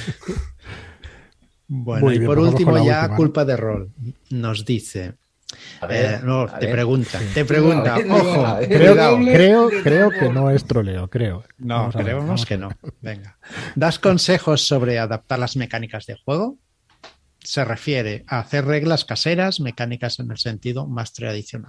Bueno, y por último ya última, culpa de rol. Nos dice... A ver, te pregunta, ojo. Creo que no es troleo, creo. No, creemos que no. Venga. ¿Das consejos sobre adaptar las mecánicas de juego? Se refiere a hacer reglas caseras, mecánicas en el sentido más tradicional.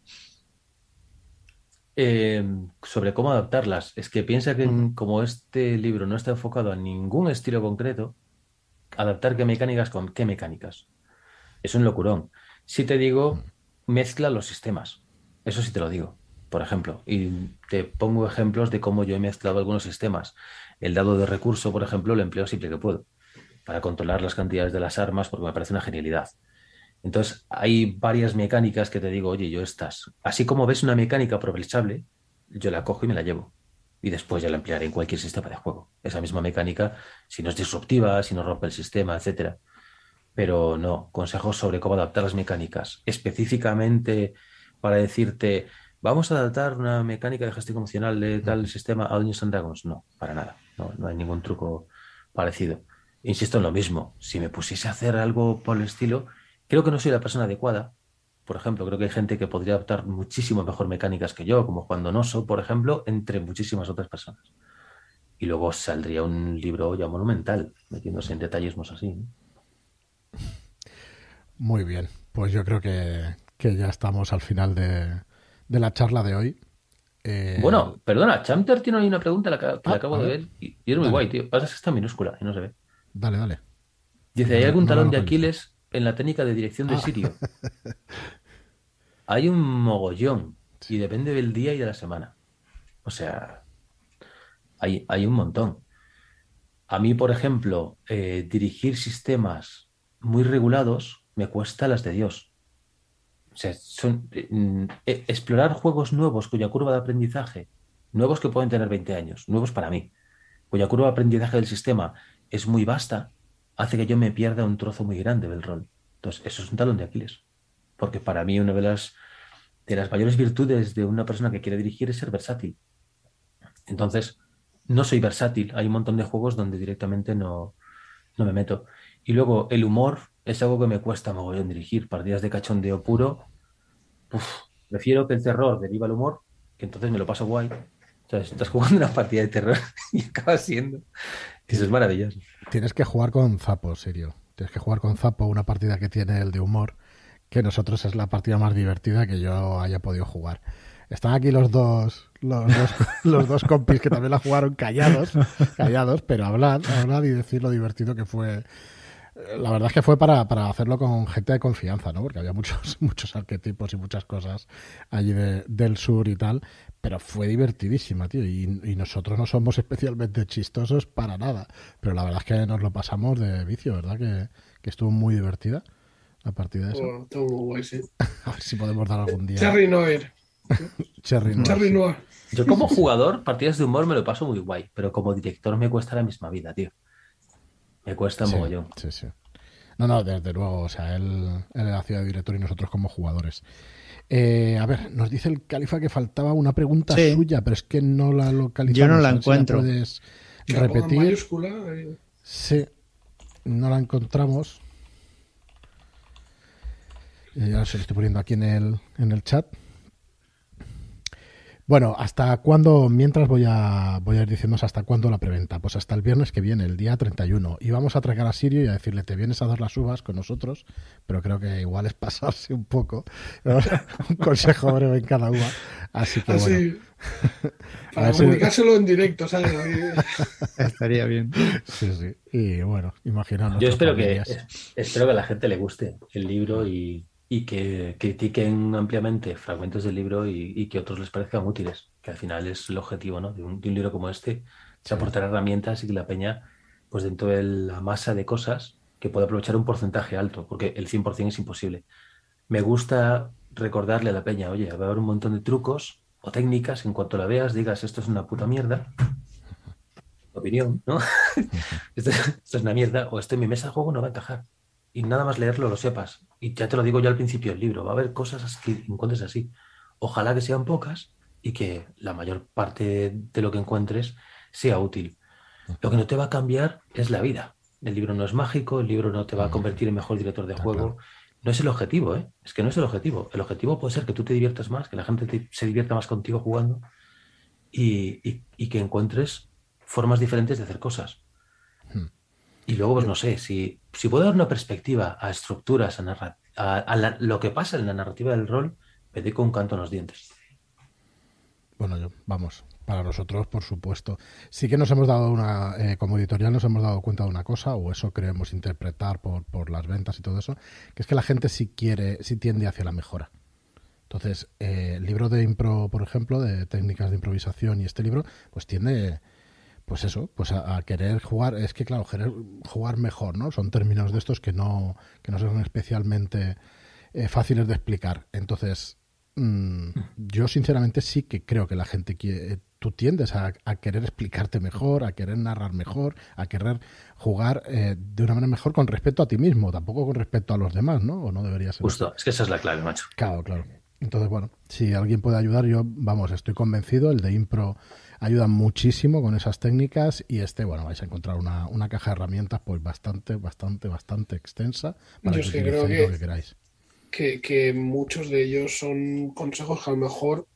Sobre cómo adaptarlas. Es que piensa que como este libro no está enfocado a ningún estilo concreto, adaptar qué mecánicas con qué mecánicas. Es un locurón. Si te digo, mezcla los sistemas. Eso sí te lo digo, por ejemplo. Y te pongo ejemplos de cómo yo he mezclado algunos sistemas. El dado de recurso, por ejemplo, lo empleo siempre que puedo para controlar las cantidades de las armas porque me parece una genialidad. Entonces, hay varias mecánicas que te digo, oye, yo estas. Así como ves una mecánica aprovechable, yo la cojo y me la llevo. Y después ya la emplearé en cualquier sistema de juego. Esa misma mecánica, si no es disruptiva, si no rompe el sistema, etcétera. Pero no, consejos sobre cómo adaptar las mecánicas. Específicamente para decirte, vamos a adaptar una mecánica de gestión emocional de tal sistema a Dungeons & Dragons. No, para nada. No hay ningún truco parecido. Insisto en lo mismo. Si me pusiese a hacer algo por el estilo, creo que no soy la persona adecuada. Por ejemplo, creo que hay gente que podría adaptar muchísimo mejor mecánicas que yo, como Juan Donoso, por ejemplo, entre muchísimas otras personas. Y luego saldría un libro ya monumental, metiéndose en detallismos así, ¿no? Muy bien, pues yo creo que ya estamos al final de la charla de hoy. Bueno, perdona, Chamter tiene ahí una pregunta que la acabo de ver y es muy guay, tío. Pasa que está en minúscula y no se ve. Dale. Dice, ¿hay algún talón de Aquiles en la técnica de dirección de Sirio? Hay un mogollón y depende del día y de la semana. O sea, hay un montón. A mí, por ejemplo, dirigir sistemas muy regulados me cuesta las de Dios. O sea, explorar juegos nuevos cuya curva de aprendizaje, nuevos que pueden tener 20 años, nuevos para mí, cuya curva de aprendizaje del sistema es muy vasta, hace que yo me pierda un trozo muy grande del rol. Entonces, eso es un talón de Aquiles. Porque para mí una de las mayores virtudes de una persona que quiere dirigir es ser versátil. Entonces, no soy versátil. Hay un montón de juegos donde directamente no me meto. Y luego, el humor es algo que me cuesta mogollón dirigir. Partidas de cachondeo puro. Prefiero que el terror deriva al humor, que entonces me lo paso guay. Entonces, estás jugando una partida de terror y acaba siendo... Eso es maravilloso. Tienes que jugar con Zapo, serio. Tienes que jugar con Zapo una partida que tiene el de humor, que nosotros es la partida más divertida que yo haya podido jugar. Están aquí los dos compis que también la jugaron callados, pero hablad y decir lo divertido que fue. La verdad es que fue para hacerlo con gente de confianza, ¿no? Porque había muchos arquetipos y muchas cosas allí del sur y tal, pero fue divertidísima, tío, y nosotros no somos especialmente chistosos para nada, pero la verdad es que nos lo pasamos de vicio, ¿verdad? Que estuvo muy divertida a partir de eso. Bueno, todo muy guay, sí. A ver si podemos dar algún día. Cherry Noir. Cherry Noir. Cherry Sí. Noir. Yo como jugador, partidas de humor me lo paso muy guay, pero como director me cuesta la misma vida, tío. Me cuesta Sí, mogollón. sí, sí. No, desde luego, o sea, él ha sido director y nosotros como jugadores. A ver, nos dice el Califa que faltaba una pregunta Sí. suya, pero es que no la localizamos. Yo no la A ver si encuentro. puedes Que la ponga en repetir. mayúscula. Sí, no la encontramos. Ya se lo estoy poniendo aquí en el chat. Bueno, ¿hasta cuándo? Mientras voy a ir diciéndonos hasta cuándo la preventa. Pues hasta el viernes que viene, el día 31. Y vamos a atracar a Sirio y a decirle, te vienes a dar las uvas con nosotros, pero creo que igual es pasarse un poco. Un consejo breve en cada uva. Así que bueno. Así, A para ver si- comunicárselo en directo, ¿sabes? Estaría bien. Sí, sí. Y bueno, imaginaos. Yo nuestras espero familias. espero que a la gente le guste el libro y que critiquen ampliamente fragmentos del libro y que otros les parezcan útiles, que al final es el objetivo, ¿no? De un libro como este, es Sí. aportar herramientas y que la peña, pues dentro de la masa de cosas, que pueda aprovechar un porcentaje alto, porque el 100% es imposible. Me gusta recordarle a la peña, oye, va a haber un montón de trucos o técnicas, en cuanto la veas, digas, esto es una puta mierda, opinión, ¿no? Esto es una mierda, o esto en mi mesa de juego no va a encajar. Y nada más leerlo lo sepas. Y ya te lo digo yo al principio del libro, va a haber cosas que encuentres así. Ojalá que sean pocas y que la mayor parte de lo que encuentres sea útil. Lo que no te va a cambiar es la vida. El libro no es mágico, el libro no te va a convertir en mejor director de Está juego. claro. No es el objetivo, ¿eh? Es que no es el objetivo. El objetivo puede ser que tú te diviertas más, que la gente se divierta más contigo jugando y que encuentres formas diferentes de hacer cosas. Hmm. Y luego, pues no sé, si puedo dar una perspectiva a estructuras, a lo que pasa en la narrativa del rol, me doy con un canto en los dientes. Bueno, vamos, para nosotros, por supuesto. Sí que nos hemos dado como editorial nos hemos dado cuenta de una cosa, o eso creemos interpretar por las ventas y todo eso, que es que la gente sí tiende hacia la mejora. Entonces, el libro de impro, por ejemplo, de técnicas de improvisación y este libro, pues tiende, pues eso, pues a querer jugar, es que claro, querer jugar mejor, ¿no? Son términos de estos que no son especialmente fáciles de explicar. Entonces, yo sinceramente sí que creo que la gente quiere, tú tiendes a querer explicarte mejor, a querer narrar mejor, a querer jugar de una manera mejor con respecto a ti mismo, tampoco con respecto a los demás, ¿no? O no debería ser Justo, es que esa es la clave, macho. Claro, claro. Entonces, bueno, si alguien puede ayudar, yo, vamos, estoy convencido. El de Impro ayuda muchísimo con esas técnicas y bueno, vais a encontrar una caja de herramientas pues bastante extensa para Yo que es que creo utilicéis lo que queráis. que muchos de ellos son consejos que a lo mejor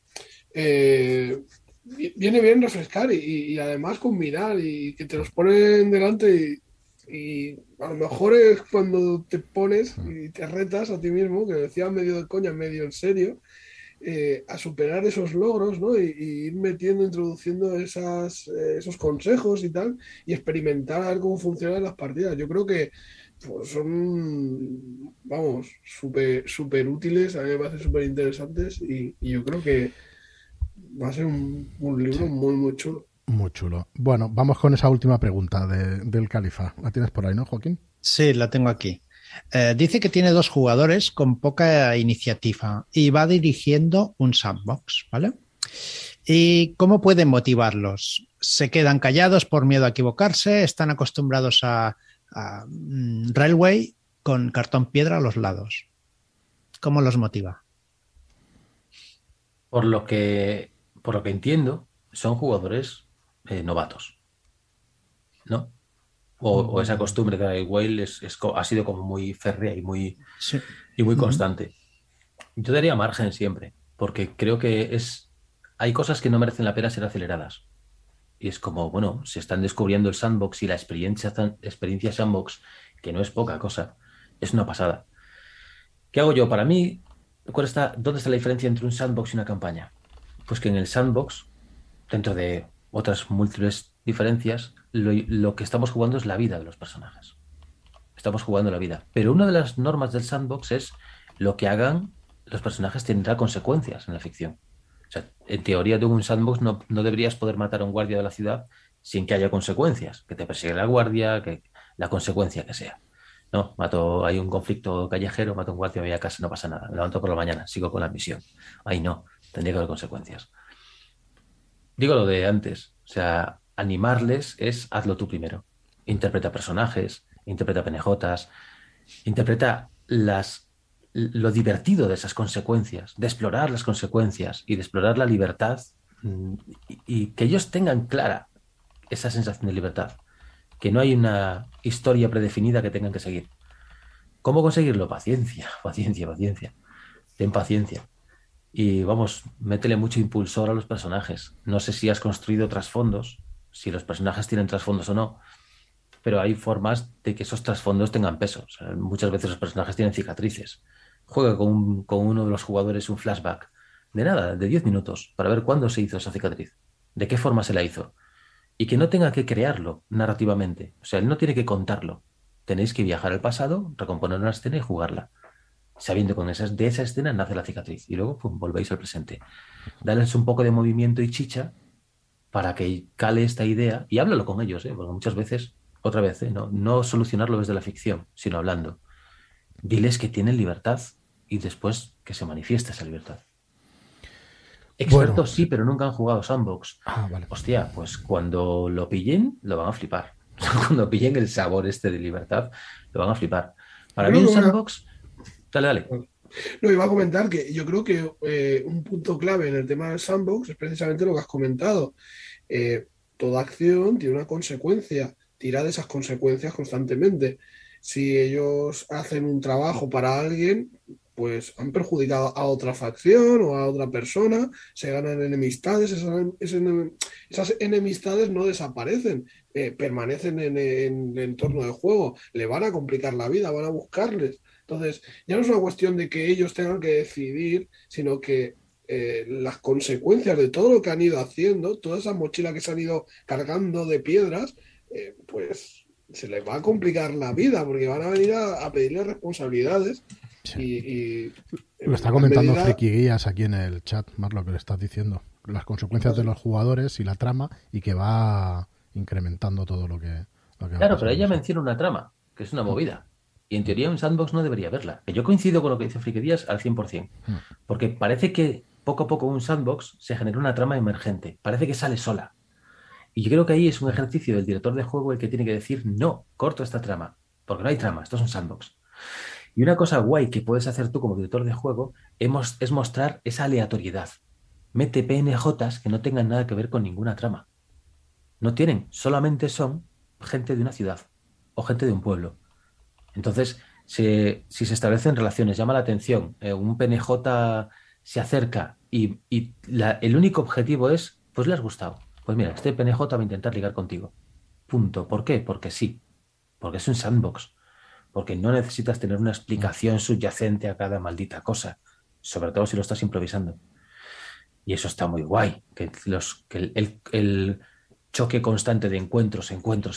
viene bien refrescar y además combinar y que te los ponen delante y a lo mejor es cuando te pones y te retas a ti mismo, que lo decía medio de coña, medio en serio, a superar esos logros, ¿no? Y ir metiendo, introduciendo esos consejos y tal, y experimentar a ver cómo funcionan las partidas. Yo creo que pues, son, vamos, súper útiles, a mí me parecen súper interesantes y yo creo que va a ser un libro Sí. muy chulo. Muy chulo. Bueno, vamos con esa última pregunta del Califa. La tienes por ahí, ¿no, Joaquín? Sí, la tengo aquí. Dice que tiene 2 jugadores con poca iniciativa y va dirigiendo un sandbox, ¿vale? ¿Y cómo pueden motivarlos? ¿Se quedan callados por miedo a equivocarse? ¿Están acostumbrados a Railway con cartón piedra a los lados? ¿Cómo los motiva? Por lo que entiendo, son jugadores novatos, ¿no? O esa costumbre de Whale ha sido como muy férrea Sí. y muy constante. Yo daría margen siempre, porque creo que hay cosas que no merecen la pena ser aceleradas. Y es como, bueno, se están descubriendo el sandbox y la experiencia sandbox, que no es poca cosa, es una pasada. ¿Qué hago yo? Para mí, ¿dónde está la diferencia entre un sandbox y una campaña? Pues que en el sandbox, dentro de otras múltiples diferencias, lo que estamos jugando es la vida de los personajes. Estamos jugando la vida. Pero una de las normas del sandbox es lo que hagan los personajes tendrá consecuencias en la ficción. O sea, en teoría de un sandbox no deberías poder matar a un guardia de la ciudad sin que haya consecuencias, que te persigue la guardia, que la consecuencia que sea. No, hay un conflicto callejero, mato a un guardia, voy a casa, no pasa nada, me levanto por la mañana, sigo con la misión. Ahí no. Tendría que haber consecuencias. Digo lo de antes, o sea, animarles es hazlo tú primero. Interpreta personajes, interpreta penejotas, interpreta lo divertido de esas consecuencias, de explorar las consecuencias y de explorar la libertad y que ellos tengan clara esa sensación de libertad, que no hay una historia predefinida que tengan que seguir. ¿Cómo conseguirlo? Paciencia, paciencia, paciencia. Ten paciencia. Y vamos, métele mucho impulsor a los personajes. No sé si has construido trasfondos, si los personajes tienen trasfondos o no, pero hay formas de que esos trasfondos tengan peso. O sea, muchas veces los personajes tienen cicatrices. Juega con uno de los jugadores un flashback de nada, de 10 minutos, para ver cuándo se hizo esa cicatriz, de qué forma se la hizo. Y que no tenga que crearlo narrativamente. O sea, él no tiene que contarlo. Tenéis que viajar al pasado, recomponer una escena y jugarla. Sabiendo que de esa escena nace la cicatriz. Y luego, pum, volvéis al presente. Darles un poco de movimiento y chicha para que cale esta idea. Y háblalo con ellos, porque muchas veces, otra vez, no solucionarlo desde la ficción, sino hablando. Diles que tienen libertad y después que se manifieste esa libertad. Expertos Bueno, sí, pero nunca han jugado sandbox. Vale. Hostia, pues cuando lo pillen, lo van a flipar. Cuando pillen el sabor este de libertad, lo van a flipar. Para mí un sandbox... Dale. No, iba a comentar que yo creo que un punto clave en el tema del sandbox es precisamente lo que has comentado. Toda acción tiene una consecuencia, tira de esas consecuencias constantemente. Si ellos hacen un trabajo para alguien, pues han perjudicado a otra facción o a otra persona, se ganan enemistades, esas enemistades no desaparecen, permanecen en el entorno de juego, le van a complicar la vida, van a buscarles. Entonces, ya no es una cuestión de que ellos tengan que decidir, sino que las consecuencias de todo lo que han ido haciendo, toda esa mochila que se han ido cargando de piedras, pues se les va a complicar la vida porque van a venir a pedirle responsabilidades. Sí. Lo está comentando Friki Guías aquí en el chat, más lo que le estás diciendo. Las consecuencias de los jugadores y la trama, y que va incrementando todo lo que claro, pero ella menciona una trama, que es una movida. Y en teoría un sandbox no debería haberla. Que yo coincido con lo que dice Friki Díaz al 100%. Porque parece que poco a poco un sandbox se genera una trama emergente. Parece que sale sola. Y yo creo que ahí es un ejercicio del director de juego el que tiene que decir, no, corto esta trama. Porque no hay trama, esto es un sandbox. Y una cosa guay que puedes hacer tú como director de juego es mostrar esa aleatoriedad. Mete PNJs que no tengan nada que ver con ninguna trama. No tienen, solamente son gente de una ciudad o gente de un pueblo. Entonces, si se establecen relaciones, llama la atención, un PNJ se acerca y el único objetivo es, pues le has gustado. Pues mira, este PNJ va a intentar ligar contigo. Punto. ¿Por qué? Porque sí. Porque es un sandbox. Porque no necesitas tener una explicación subyacente a cada maldita cosa. Sobre todo si lo estás improvisando. Y eso está muy guay. Que el choque constante de encuentros,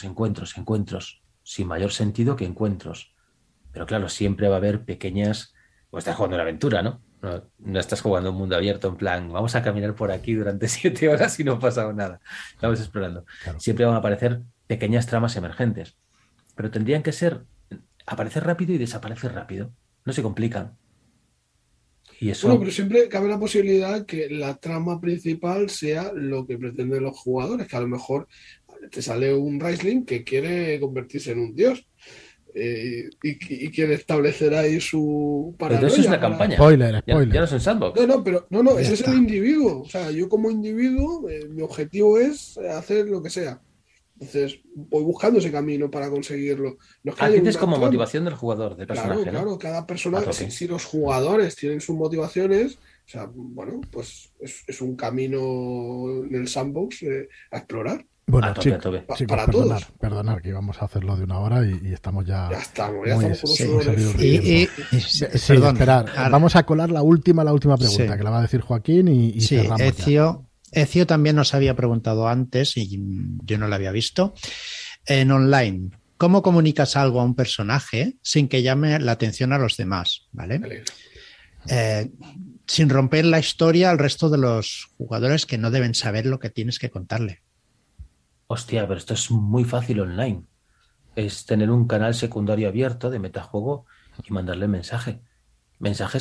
sin mayor sentido que encuentros. Pero claro, siempre va a haber pequeñas... O estás jugando una aventura, ¿no? No estás jugando un mundo abierto en plan, vamos a caminar por aquí durante 7 horas y no ha pasado nada. Estamos explorando. Claro. Siempre van a aparecer pequeñas tramas emergentes. Pero tendrían que aparecer rápido y desaparecer rápido. No se complican. Y eso... Bueno, pero siempre cabe la posibilidad que la trama principal sea lo que pretenden los jugadores, que a lo mejor te sale un Raisling que quiere convertirse en un dios. Y quiere establecer ahí su paranoia. Pero eso es una campaña. Spoiler. Ya no es un sandbox. No, ese es el individuo. O sea, yo como individuo, mi objetivo es hacer lo que sea. Entonces, voy buscando ese camino para conseguirlo. No es es como motivación del jugador, del personaje. Claro, cada personaje, si los jugadores tienen sus motivaciones, o sea, bueno, pues es un camino en el sandbox a explorar. Bueno, chicos, perdonar que íbamos a hacerlo de 1 hora y estamos ya. Ya estamos con perdón, esperar. Vamos a colar la última pregunta que la va a decir Joaquín y cerramos. Ezio también nos había preguntado antes y yo no la había visto. En online, ¿cómo comunicas algo a un personaje sin que llame la atención a los demás? ¿Vale? Sin romper la historia al resto de los jugadores que no deben saber lo que tienes que contarle. Hostia, pero esto es muy fácil online. Es tener un canal secundario abierto de metajuego y mandarle mensajes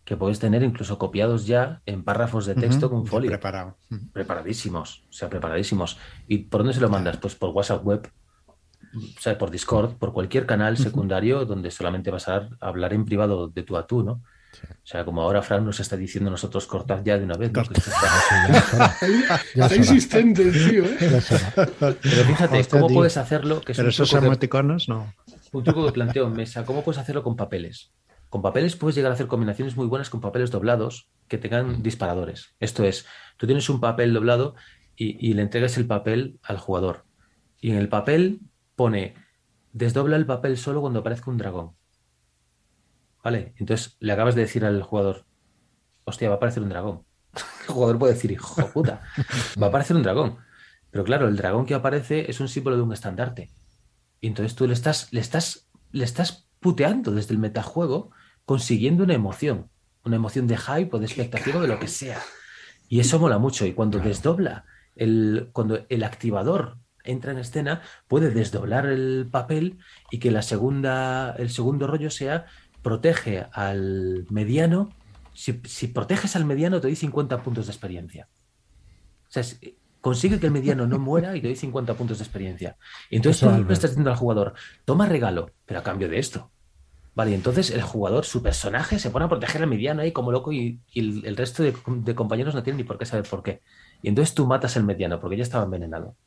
que puedes tener incluso copiados ya en párrafos de texto con folio. Preparado. Preparadísimos, o sea, preparadísimos. ¿Y por dónde se lo mandas? Pues por WhatsApp web, o sea, por Discord, por cualquier canal secundario donde solamente vas a hablar en privado de tú a tú, ¿no? Sí. O sea, como ahora Fran nos está diciendo nosotros, cortad ya de una vez, ¿no? Que esto Está insistente el tío, ¿eh? Pero fíjate, Hostia, ¿cómo tío. puedes hacerlo? Que es Pero un esos truco emoticonos, no. un truco que planteo en mesa. ¿Cómo puedes hacerlo con papeles? Con papeles puedes llegar a hacer combinaciones muy buenas con papeles doblados que tengan disparadores. Esto es, tú tienes un papel doblado y le entregas el papel al jugador. Y en el papel pone, desdobla el papel solo cuando aparezca un dragón. ¿Vale? Entonces le acabas de decir al jugador, hostia, va a aparecer un dragón. El jugador puede decir, hijo de puta, va a aparecer un dragón. Pero claro, el dragón que aparece es un símbolo de un estandarte. Y entonces tú le estás puteando desde el metajuego, consiguiendo una emoción de hype o de expectativa o de lo que sea. Y eso mola mucho. Y cuando desdobla, cuando el activador entra en escena, puede desdoblar el papel y que el segundo rollo sea protege al mediano. Si proteges al mediano, te doy 50 puntos de experiencia. O sea, consigue que el mediano no muera y te doy 50 puntos de experiencia. Y entonces tú le estás diciendo al jugador, toma regalo, pero a cambio de esto. Vale, y entonces el jugador, su personaje, se pone a proteger al mediano ahí como loco y el resto de compañeros no tienen ni por qué saber por qué. Y entonces tú matas al mediano porque ya estaba envenenado.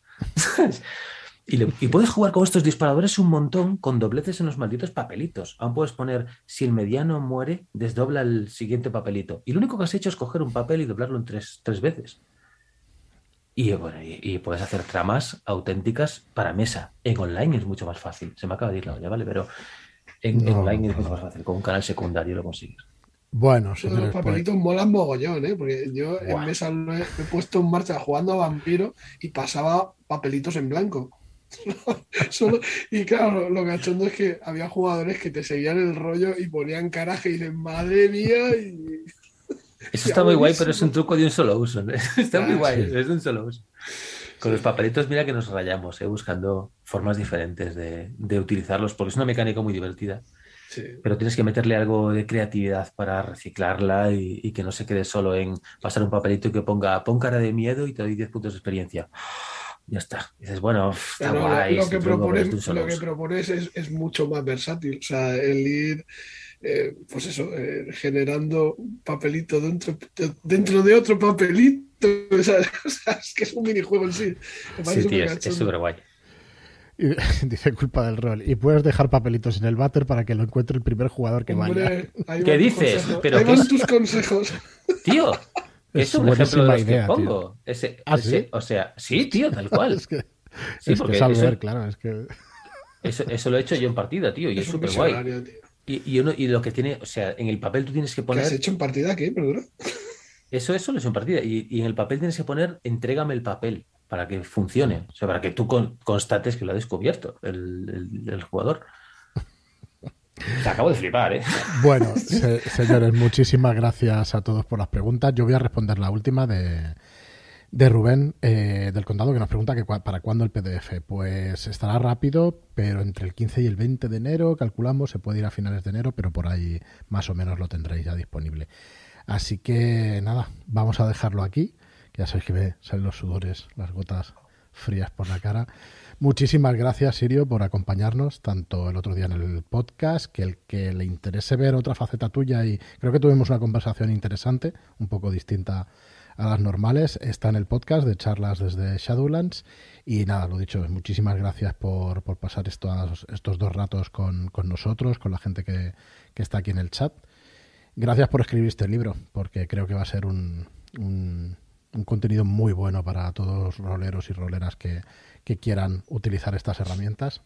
Y puedes jugar con estos disparadores un montón con dobleces en los malditos papelitos. Aún puedes poner, si el mediano muere, desdobla el siguiente papelito. Y lo único que has hecho es coger un papel y doblarlo en tres veces. Y bueno, y puedes hacer tramas auténticas para mesa. En online es mucho más fácil. Se me acaba de ir la olla, ¿vale? Pero en online es mucho más fácil. Con un canal secundario lo consigues. Bueno, Eso de señores, los papelitos molan mogollón, ¿eh? Porque yo en Buah. mesa lo he puesto en marcha jugando a vampiro y pasaba papelitos en blanco. Y claro, lo cachondo es que había jugadores que te seguían el rollo y ponían caras que dicen, madre mía, y Eso está muy guay, pero es buenísimo. un truco de un solo uso, ¿no? Está muy guay, sí. es de un solo uso. Con los papelitos, mira que nos rayamos, buscando formas diferentes de utilizarlos, porque es una mecánica muy divertida. Sí. Pero tienes que meterle algo de creatividad para reciclarla y que no se quede solo en pasar un papelito y que ponga, pon cara de miedo y te doy 10 puntos de experiencia. Ya está. Y dices, bueno, está Pero guay, lo es que un truco, pero es de un propones, solo lo que uso. propones es mucho más versátil. O sea, el ir, pues eso, generando un papelito dentro de otro papelito. O sea, es que es un minijuego en sí. Me parece Sí, tío, súper es cachondo. súper guay. Y dice culpa del rol. Y puedes dejar papelitos en el váter para que lo encuentre el primer jugador que vaya. Hombre, ahí ¿Qué van tus dices? consejos. ¿Pero Ahí qué van es? tus consejos. Tío, Es es un ejemplo de buenísima los que idea, tío. pongo. ¿Ah, sí? O sea, sí, tío, tal cual. Es que Sí, es porque Albert, claro, es que... eso lo he hecho yo en partida, tío, y es Es un súper guay. visionario, tío. Y lo que tiene, o sea, en el papel tú tienes que ¿Qué has poner, hecho en partida aquí? Perdona. eso lo he hecho en partida, y en el papel tienes que poner, entrégame el papel para que funcione, o sea, para que tú constates que lo ha descubierto el jugador. Te acabo de flipar, ¿eh? Bueno, señores, muchísimas gracias a todos por las preguntas. Yo voy a responder la última de Rubén del Condado, que nos pregunta que para cuándo el PDF. Pues estará rápido, pero entre el 15 y el 20 de enero, calculamos, se puede ir a finales de enero, pero por ahí más o menos lo tendréis ya disponible. Así que nada, vamos a dejarlo aquí, que ya sabéis que salen los sudores, las gotas frías por la cara. Muchísimas gracias, Sirio, por acompañarnos tanto el otro día en el podcast, que el que le interese ver otra faceta tuya, y creo que tuvimos una conversación interesante, un poco distinta a las normales, está en el podcast de charlas desde Shadowlands. Y nada, lo dicho, muchísimas gracias por pasar estos 2 ratos con nosotros, con la gente que está aquí en el chat. Gracias por escribir este libro, porque creo que va a ser un contenido muy bueno para todos los roleros y roleras que quieran utilizar estas herramientas.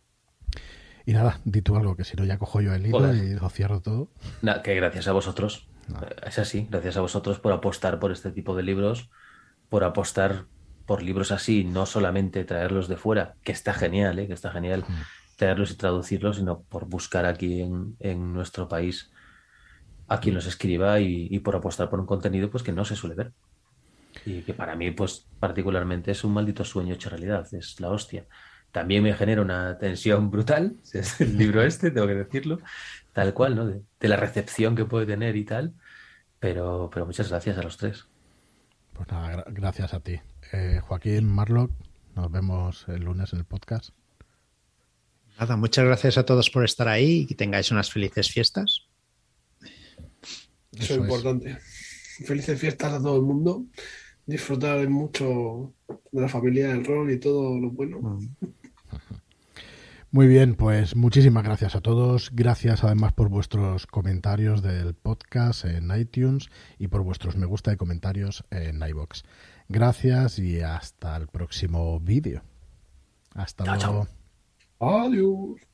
Y nada, di tú algo, que si no ya cojo yo el hilo. Joder. Y lo cierro todo. Nada, que gracias a vosotros. Es así, gracias a vosotros por apostar por este tipo de libros, por apostar por libros así, no solamente traerlos de fuera, que está genial, que está genial traerlos y traducirlos, sino por buscar aquí en nuestro país a quien los escriba y por apostar por un contenido pues que no se suele ver. Y que para mí, pues particularmente es un maldito sueño hecho realidad, es la hostia. También me genera una tensión brutal, es el libro tengo que decirlo, tal cual, ¿no? De la recepción que puede tener y tal. Pero muchas gracias a los tres. Pues nada, gracias a ti. Joaquín, Marlock, nos vemos el lunes en el podcast. Nada, muchas gracias a todos por estar ahí y que tengáis unas felices fiestas. Eso es importante. Felices fiestas a todo el mundo. Disfrutar mucho de la familia, del rol y todo lo bueno. Muy bien, pues muchísimas gracias a todos. Gracias además por vuestros comentarios del podcast en iTunes y por vuestros me gusta y comentarios en iVoox. Gracias y hasta el próximo vídeo. Hasta luego. Adiós.